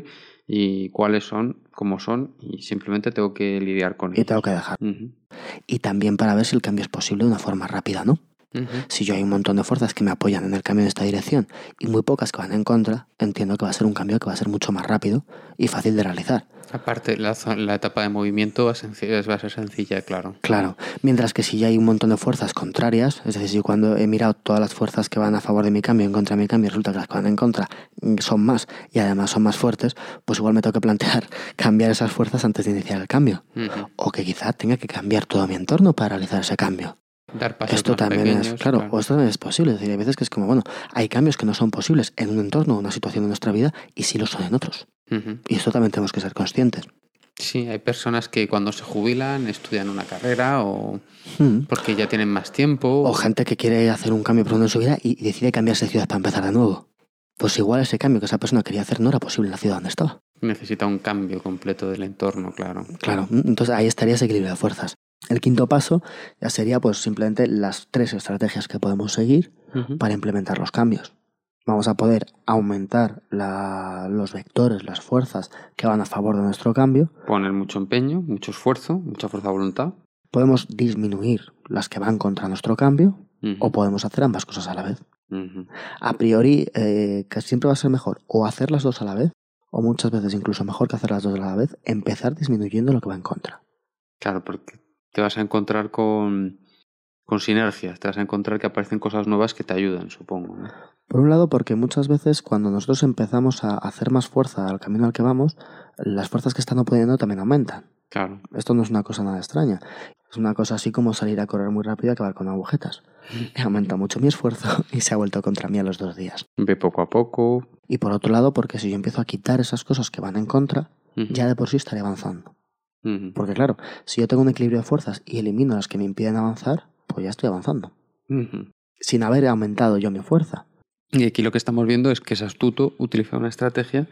y cuáles son como son y simplemente tengo que lidiar con ellos. Y tengo que dejar. Uh-huh. Y también para ver si el cambio es posible de una forma rápida, ¿no? Uh-huh. Si yo hay un montón de fuerzas que me apoyan en el cambio en esta dirección y muy pocas que van en contra, entiendo que va a ser un cambio que va a ser mucho más rápido y fácil de realizar. Aparte, la, la etapa de movimiento va a, sencilla, va a ser sencilla, claro. Claro, mientras que si ya hay un montón de fuerzas contrarias, es decir, si cuando he mirado todas las fuerzas que van a favor de mi cambio, en contra de mi cambio, resulta que las que van en contra son más y además son más fuertes, pues igual me tengo que plantear cambiar esas fuerzas antes de iniciar el cambio. Uh-huh. O que quizá tenga que cambiar todo mi entorno para realizar ese cambio. Dar pasos esto más también pequeños, es, claro, claro, o esto también es posible. Es decir, hay veces que es como, bueno, hay cambios que no son posibles en un entorno o una situación de nuestra vida y sí lo son en otros. Uh-huh. Y esto también tenemos que ser conscientes. Sí, hay personas que cuando se jubilan estudian una carrera o mm. porque ya tienen más tiempo. O gente que quiere hacer un cambio profundo en su vida y decide cambiarse de ciudad para empezar de nuevo. Pues igual ese cambio que esa persona quería hacer no era posible en la ciudad donde estaba. Necesita un cambio completo del entorno, claro. Claro, entonces ahí estaría ese equilibrio de fuerzas. El quinto paso ya sería pues simplemente las tres estrategias que podemos seguir uh-huh. para implementar los cambios. Vamos a poder aumentar la, los vectores, las fuerzas que van a favor de nuestro cambio. Poner mucho empeño, mucho esfuerzo, mucha fuerza de voluntad. Podemos disminuir las que van contra nuestro cambio uh-huh. o podemos hacer ambas cosas a la vez. Uh-huh. A priori, eh, que siempre va a ser mejor o hacer las dos a la vez o muchas veces incluso mejor que hacer las dos a la vez, empezar disminuyendo lo que va en contra. Claro, porque te vas a encontrar con, con sinergias, te vas a encontrar que aparecen cosas nuevas que te ayudan, supongo, ¿no? Por un lado, porque muchas veces cuando nosotros empezamos a hacer más fuerza al camino al que vamos, las fuerzas que están oponiendo también aumentan. Claro. Esto no es una cosa nada extraña. Es una cosa así como salir a correr muy rápido y acabar con agujetas. He aumentado mucho mi esfuerzo y se ha vuelto contra mí a los dos días. Ve poco a poco. Y por otro lado, porque si yo empiezo a quitar esas cosas que van en contra, uh-huh. ya de por sí estaré avanzando. Uh-huh. Porque claro, si yo tengo un equilibrio de fuerzas y elimino las que me impiden avanzar, pues ya estoy avanzando. Uh-huh. Sin haber aumentado yo mi fuerza. Y aquí lo que estamos viendo es que es astuto utilizar una estrategia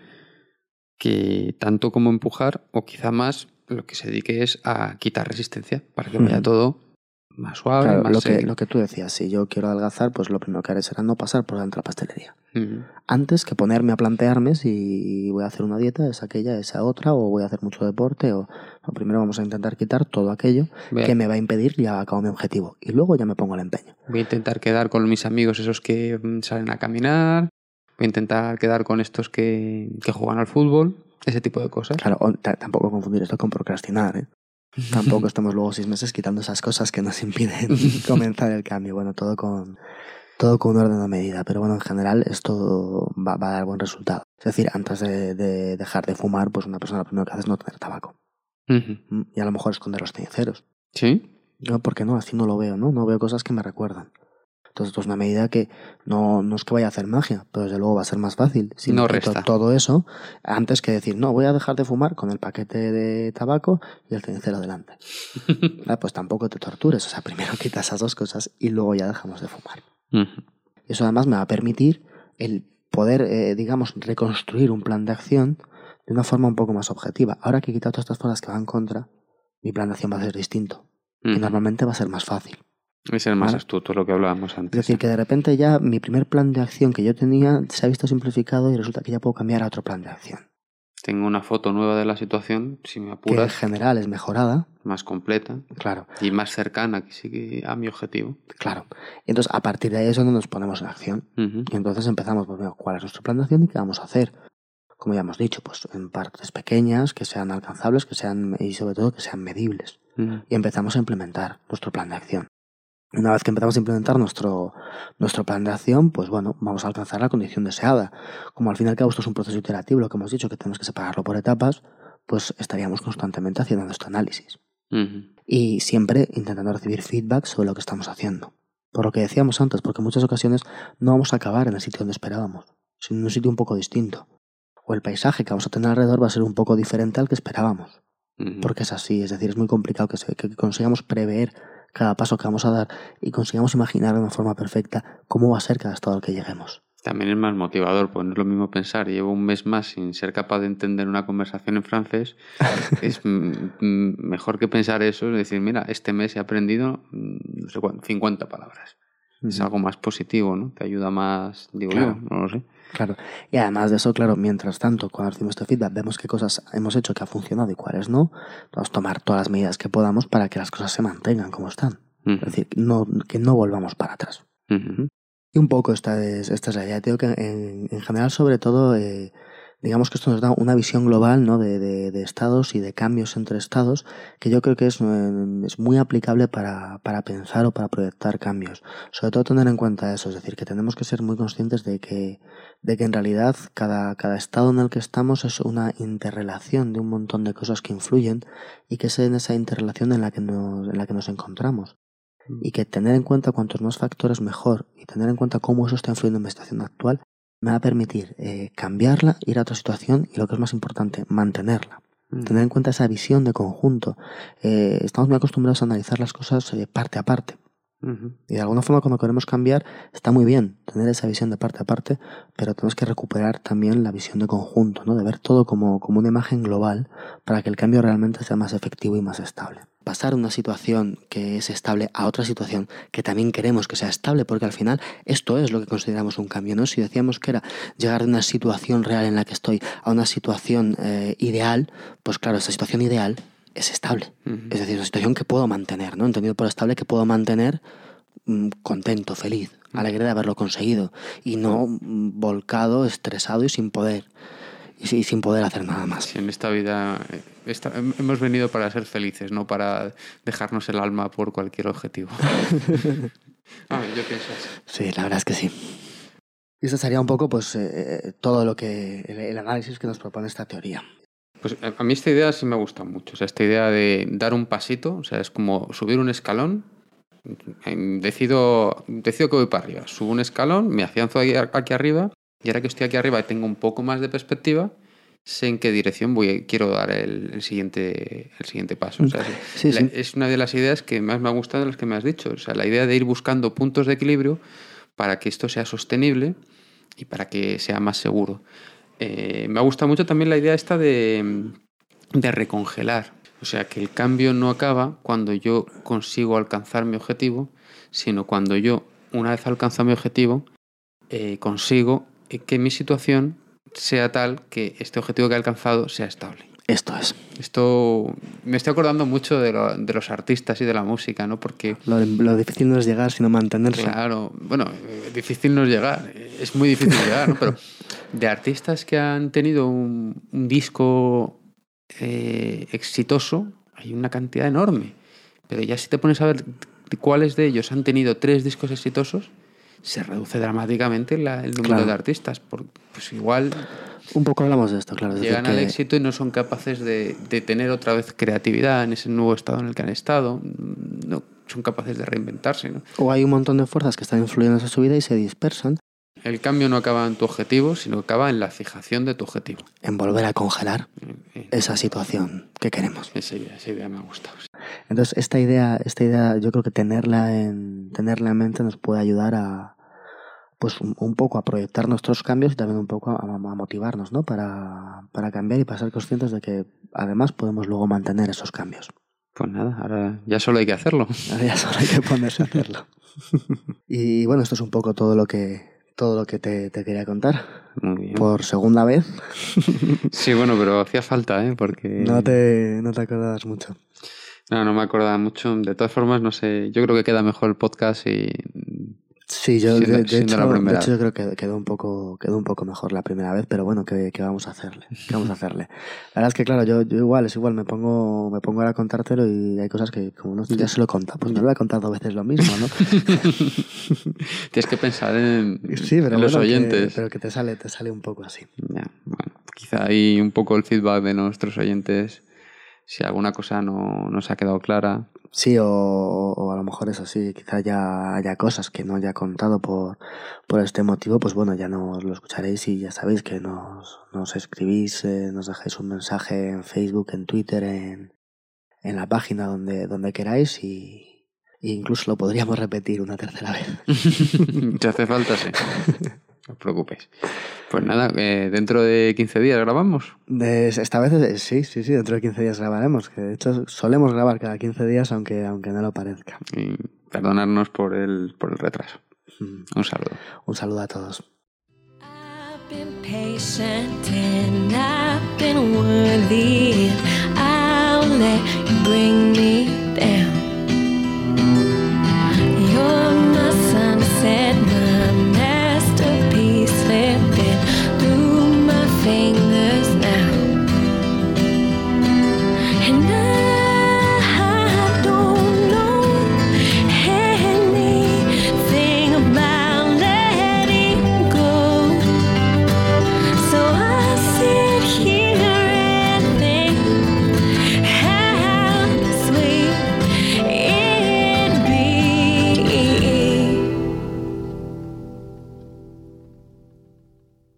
que tanto como empujar, o quizá más, lo que se dedique es a quitar resistencia para que vaya uh-huh. todo más suave, claro, más lo que, serio. lo que tú decías, si yo quiero adelgazar, pues lo primero que haré será no pasar por dentro de la pastelería. Uh-huh. Antes que ponerme a plantearme si voy a hacer una dieta, es aquella, esa otra, o voy a hacer mucho deporte, o, o primero vamos a intentar quitar todo aquello Bien. que me va a impedir llevar a cabo mi objetivo. Y luego ya me pongo el empeño. Voy a intentar quedar con mis amigos esos que salen a caminar, voy a intentar quedar con estos que, que juegan al fútbol, ese tipo de cosas. Claro, o, t- tampoco confundir esto con procrastinar, ¿eh? Tampoco estamos luego seis meses quitando esas cosas que nos impiden comenzar el cambio. Bueno, todo con todo con un orden de medida, pero bueno, en general esto va, va a dar buen resultado. Es decir, antes de, de dejar de fumar, pues una persona lo primero que hace es no tener tabaco. Uh-huh. Y a lo mejor esconder los ceniceros. ¿Sí? No, porque no, así no lo veo, ¿no? No veo cosas que me recuerdan. Entonces, esto es una medida que no, no es que vaya a hacer magia, pero desde luego va a ser más fácil. Si no me resta. quito todo eso, antes que decir, no, voy a dejar de fumar con el paquete de tabaco y el cenicero delante. ah, pues tampoco te tortures. O sea, primero quitas esas dos cosas y luego ya dejamos de fumar. Uh-huh. Y eso además me va a permitir el poder, eh, digamos, reconstruir un plan de acción de una forma un poco más objetiva. Ahora que he quitado todas estas fuerzas que van contra, mi plan de acción va a ser distinto. Uh-huh. Y normalmente va a ser más fácil. Es ser más ¿Vale? astuto, lo que hablábamos antes. Es decir, que de repente ya mi primer plan de acción que yo tenía se ha visto simplificado y resulta que ya puedo cambiar a otro plan de acción. Tengo una foto nueva de la situación, si me Que apuras. en general es mejorada. Más completa. Claro. Y más cercana que sí que a mi objetivo. Claro. Entonces, a partir de ahí es donde nos ponemos en acción. Uh-huh. Y entonces empezamos, pues, cuál es nuestro plan de acción y qué vamos a hacer. Como ya hemos dicho, pues en partes pequeñas, que sean alcanzables, que sean, y sobre todo que sean medibles. Uh-huh. Y empezamos a implementar nuestro plan de acción. Una vez que empezamos a implementar nuestro, nuestro plan de acción, pues bueno, vamos a alcanzar la condición deseada. Como al fin y al cabo esto es un proceso iterativo, lo que hemos dicho, que tenemos que separarlo por etapas, pues estaríamos constantemente haciendo nuestro análisis. Uh-huh. Y siempre intentando recibir feedback sobre lo que estamos haciendo. Por lo que decíamos antes, porque en muchas ocasiones no vamos a acabar en el sitio donde esperábamos, sino en un sitio un poco distinto. O el paisaje que vamos a tener alrededor va a ser un poco diferente al que esperábamos. Ujú. porque es así, es decir, es muy complicado que, se, que consigamos prever cada paso que vamos a dar y consigamos imaginar de una forma perfecta cómo va a ser cada estado al que lleguemos. También es más motivador, pues no es lo mismo pensar, llevo un mes más sin ser capaz de entender una conversación en francés, es m- m- mejor que pensar eso, es decir, mira, este mes he aprendido, mm, no sé cuánto, cincuenta palabras. Es Ujú. algo más positivo, ¿no? Te ayuda más, digo Claro. yo, no lo sé. Claro, y además de eso, claro, mientras tanto, cuando hacemos este feedback, vemos qué cosas hemos hecho que ha funcionado y cuáles no, vamos a tomar todas las medidas que podamos para que las cosas se mantengan como están. Ujú. Es decir, no, que no volvamos para atrás. Ujú. Y un poco esta es, esta es la idea. Tengo que en, en general, sobre todo, eh, digamos que esto nos da una visión global, ¿no? de, de, de estados y de cambios entre estados, que yo creo que es, eh, es muy aplicable para, para pensar o para proyectar cambios. Sobre todo tener en cuenta eso, es decir, que tenemos que ser muy conscientes de que, de que en realidad cada, cada estado en el que estamos es una interrelación de un montón de cosas que influyen y que es en esa interrelación en la que nos, en la que nos encontramos. Y que tener en cuenta cuantos más factores mejor y tener en cuenta cómo eso está influyendo en mi situación actual me va a permitir eh, cambiarla, ir a otra situación y lo que es más importante, mantenerla. Ujú. Tener en cuenta esa visión de conjunto. Eh, estamos muy acostumbrados a analizar las cosas eh, parte a parte. Ujú. Y de alguna forma cuando queremos cambiar está muy bien tener esa visión de parte a parte, pero tenemos que recuperar también la visión de conjunto, ¿no? De ver todo como, como una imagen global para que el cambio realmente sea más efectivo y más estable. Pasar de una situación que es estable a otra situación que también queremos que sea estable, porque al final esto es lo que consideramos un cambio, ¿no? Si decíamos que era llegar de una situación real en la que estoy a una situación eh, ideal, pues claro, esa situación ideal es estable. Ujú. Es decir, una situación que puedo mantener, ¿no? Entendido por estable que puedo mantener mm, contento, feliz, alegre de haberlo conseguido y no mm, volcado, estresado y sin poder y, si- sin poder hacer nada más. Sí, en esta vida eh, esta- hem- hemos venido para ser felices, no para dejarnos el alma por cualquier objetivo. Ah, yo pienso así. Sí, la verdad es que sí. Y eso sería un poco pues eh, todo lo que el, el análisis que nos propone esta teoría. Pues a a mí esta idea sí me gusta mucho. O sea, esta idea de dar un pasito, o sea, es como subir un escalón. em, Decido, decido que voy para arriba. Subo un escalón, me afianzo aquí, aquí arriba, y ahora que estoy aquí arriba y tengo un poco más de perspectiva, sé en qué dirección voy, quiero dar el, el siguiente, el siguiente paso. O sea, es, Sí, la- sí. es una de las ideas que más me ha gustado de las que me has dicho. O sea, la idea de ir buscando puntos de equilibrio para que esto sea sostenible y para que sea más seguro. Eh, me ha gustado mucho también la idea esta de, de recongelar. O sea, que el cambio no acaba cuando yo consigo alcanzar mi objetivo, sino cuando yo, una vez alcanzado mi objetivo, eh, consigo eh, que mi situación sea tal que este objetivo que he alcanzado sea estable. Esto es. Esto me estoy acordando mucho de, lo- de los artistas y de la música, ¿no? Porque, Lo, lo difícil no es llegar, sino mantenerse. claro, bueno, eh, difícil no es llegar, eh, es muy difícil llegar, ¿no? Pero de artistas que han tenido un, un disco eh, exitoso, hay una cantidad enorme. Pero ya si te pones a ver de cuáles de ellos han tenido tres discos exitosos, se reduce dramáticamente la- el número Claro. de artistas. Por- pues igual Un poco hablamos de esto, claro. Es decir, llegan al que- éxito y no son capaces de, de tener otra vez creatividad en ese nuevo estado en el que han estado. No son capaces de reinventarse, ¿no? o hay un montón de fuerzas que están influyendo en su vida y se dispersan El cambio no acaba en tu objetivo, sino que acaba en la fijación de tu objetivo. en volver a congelar Eh, esa situación que queremos. Esa idea, esa idea me ha gustado. Entonces, esta idea, esta idea, yo creo que tenerla en, tenerla en mente nos puede ayudar a, pues un, un poco a proyectar nuestros cambios y también un poco a, a motivarnos, ¿no? Para, para cambiar y para ser conscientes de que además podemos luego mantener esos cambios. Pues nada, ahora ya solo hay que hacerlo. Ahora ya solo hay que ponerse a hacerlo. Y bueno, esto es un poco todo lo que, todo lo que te, te quería contar. Muy bien. Por segunda vez. Sí, bueno, pero hacía falta, ¿eh? Porque... No te, no te acordabas mucho. No, no me acordaba mucho. De todas formas, no sé, yo creo que queda mejor el podcast y... Sí, yo Siendo- de, de siendo la hecho, de primera hecho yo creo que quedó un poco quedó un poco mejor la primera vez, pero bueno, ¿qué, qué vamos a hacerle? ¿Qué vamos a hacerle? La verdad es que claro, yo, yo igual, es igual, me pongo me pongo ahora a contártelo y hay cosas que como no ya se lo he contado, pues no lo voy a contar dos veces lo mismo, ¿no? Tienes que pensar en, Sí, pero en los bueno, que- oyentes. pero que te sale, te sale un poco así. Ya, bueno, quizá ahí un poco el feedback de nuestros oyentes si alguna cosa no, no se ha quedado clara. Sí, o, o a lo mejor eso sí, quizá ya haya cosas que no haya contado por, por este motivo, pues bueno, ya nos lo escucharéis y ya sabéis que nos, nos escribís, eh, nos dejáis un mensaje en Facebook, en Twitter, en, en la página donde, donde queráis y, y incluso lo podríamos repetir una tercera vez. Si hace falta, sí. No os preocupéis. Pues nada, eh, dentro de quince días grabamos. De, esta vez eh, sí, sí, sí, dentro de quince días grabaremos, que de hecho solemos grabar cada quince días aunque, aunque no lo parezca. Y perdonarnos por el, por el retraso. Mm. Un saludo. Un saludo a todos. I've been patient and I've been worthy.